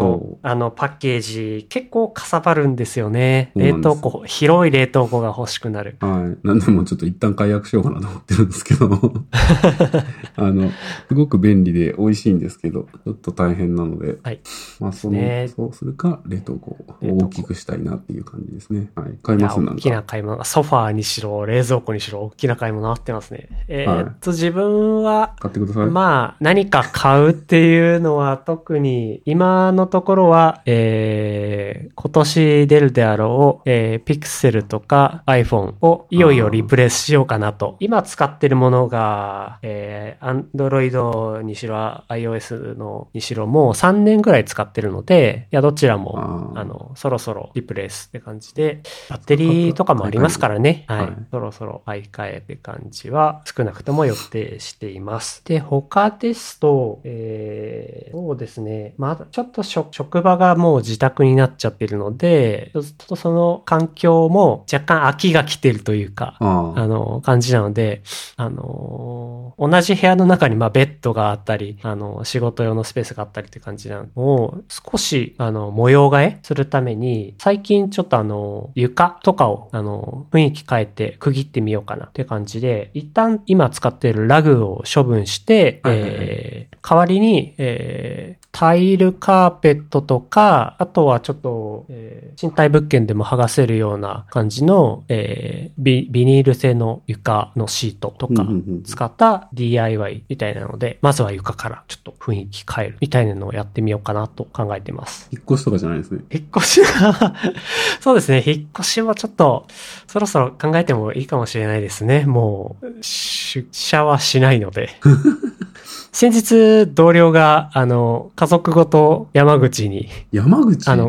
パッケージ結構かさばるんですよね。 そうなんです。 広い冷凍庫が欲しくなる。 はい。なんでもちょっと一旦解約しようかなと思ってるんですけどすごく便利で美味しいんですけど、ちょっと大変なので、 はい。 まあそうするか、冷凍庫を大きくしたいなっていう感じですね。はい。買いいや、 ます、 大きなんか。 な買い物。ソファーにしろ、冷蔵庫にしろ、大きな買い物あってますね。 はい。 自分は、 買ってください。 まあ、何か買うっていうのは特に、今のところは、今年出るであろう、ピクセルとか iPhone をいよいよリプレイスしようかなと。今使ってるものが、Android にしろ、iOS のにしろ、もう3年ぐらい使ってるので、いや、どちらも、そろそろリプレイスって感じで、バッテリーとかもありますからね。はい。そろそろ買い替えって感じは少なくとも予定しています。で、他ですと、そうですね。まだちょっと職場がもう自宅になっちゃってるので、ちょっとその環境も若干飽きが来てるというか、感じなので、同じ部屋の中にベッドがあったり、仕事用のスペースがあったりって感じなのを、少し、模様替えするために、最近ちょっと床とかを、雰囲気変えて区切ってみようかなって感じで、一旦今使っているラグを処分して、代わりに、タイルカーペットとか、あとはちょっと、賃貸物件でも剥がせるような感じの、ビニール製の床のシートとか使った DIY みたいなので、まずは床からちょっと雰囲気変えるみたいなのをやってみようかなと考えてます。 引っ越しとかじゃないですね。 引っ越しはそうですね。引っ越しはちょっと、そろそろ考えてもいいかもしれないですね。もう、出社はしないので。先日、同僚が、家族ごと山口に。 山口はい。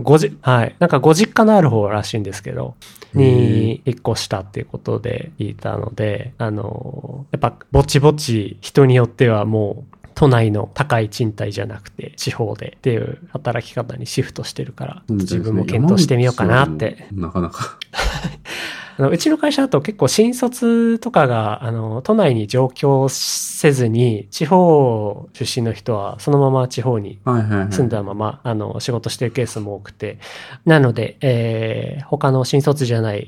なんかご実家のある方らしいんですけど、に引っ越したっていうことで聞いたので、やっぱ、ぼちぼち人によってはもう、都内の高い賃貸じゃなくて、地方でっていう働き方にシフトしてるから、自分も検討してみようかなって。 なかなか。 うちの会社だと結構新卒とかが、都内に上京せずに、地方出身の人はそのまま地方に住んだまま、仕事してるケースも多くて、なので、他の新卒じゃない、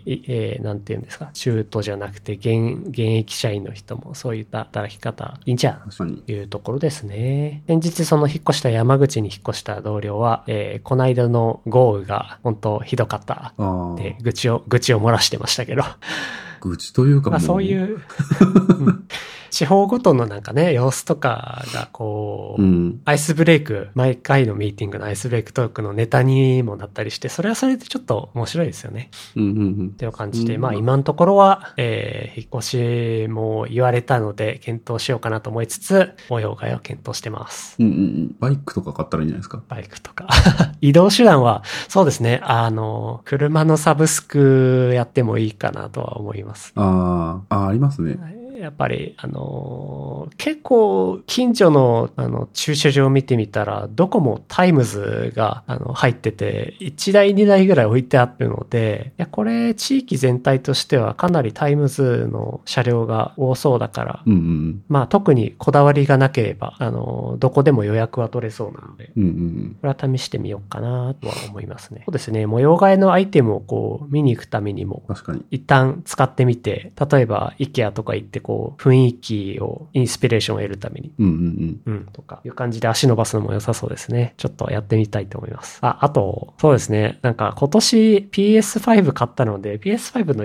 なんていうんですか、中途じゃなくて現役社員の人もそういった働き方いいんじゃんというところですね。先日その引っ越した山口に引っ越した同僚は、この間の豪雨が本当ひどかったで、愚痴を漏らしてましたけど。 愚痴というかもう。 そういう、地方ごとのなんかね、様子とかがこう、アイスブレイク、毎回のミーティングのアイスブレイクトークのネタにもなったりして、それはそれでちょっと面白いですよね。っていう感じで、まあ今のところは、引っ越しも言われたので検討しようかなと思いつつ、模様替えを検討してます。 バイクとか買ったらいいんじゃないですか？ バイクとか。移動手段は、そうですね、車のサブスクやってもいいかなとは思います。 ありますね。 やっぱり、結構、近所の、駐車場を見てみたら、どこもタイムズが、入ってて、1台2台ぐらい置いてあるので、いや、これ、地域全体としてはかなりタイムズの車両が多そうだから、まあ、特にこだわりがなければ、どこでも予約は取れそうなので、これは試してみようかなとは思いますね。そうですね、模様替えのアイテムをこう、見に行くためにも、 確かに一旦使ってみて、例えば、IKEA とか行って、こう、雰囲気を、インスピレーションを得るために。とか、いう感じで足伸ばすのも良さそうですね。ちょっとやってみたいと思います。あと、そうですね。なんか今年 PS5 買ったので、PS5 の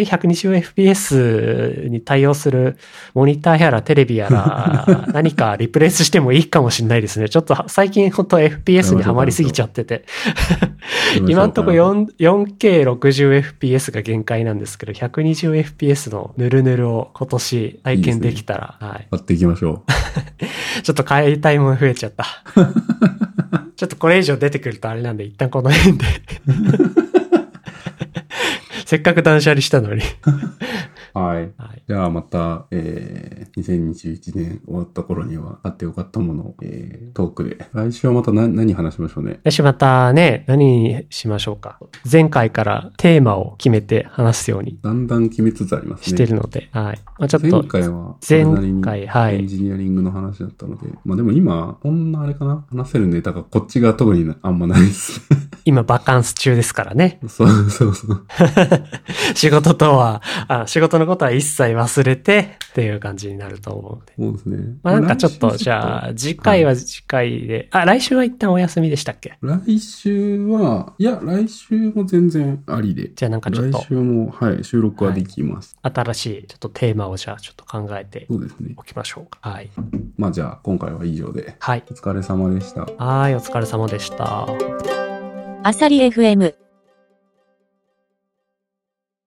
4K120fps に対応するモニターやらテレビやら、何かリプレイスしてもいいかもしれないですね。ちょっと最近本当 FPS にはまりすぎちゃってて。今んとこ 4K60fps が限界なんですけど、120fps のヌルヌルを今年体験できたら、はい。 買っていきましょう。 ちょっと買いたいもの増えちゃった。ちょっとこれ以上出てくるとあれなんで、一旦この辺で。せっかく断捨離したのに。 はい。 はい。 じゃあまた、2021年終わった頃にはあってよかったものを、トークで。来週はまた何話しましょうね。 来週またね、何にしましょうか。前回からテーマを決めて話すようにだんだん決めつつありますね。 してるので、はい。まあ、ちょっと、 前回は、それなりにエンジニアリングの話だったので、まあでも今、こんなあれかな話せるネタがこっちが特にあんまないです。 今バカンス中ですからね。 そうそうそう。 仕事のことは一切忘れてっていう感じになると思うので。 そうですね。 まあなんかちょっと、じゃあ、次回は次回で、来週は一旦お休みでしたっけ？ 来週は、いや、来週も全然ありで。 じゃあなんかちょっと。 来週も、はい、収録はできます。 はい、新しい、ちょっとテーマをじゃあちょっと考えておきましょうか。 そうですね。はい。まあじゃあ、今回は以上で。 はい。 お疲れ様でした。 はい、お疲れ様でした。 あさり FM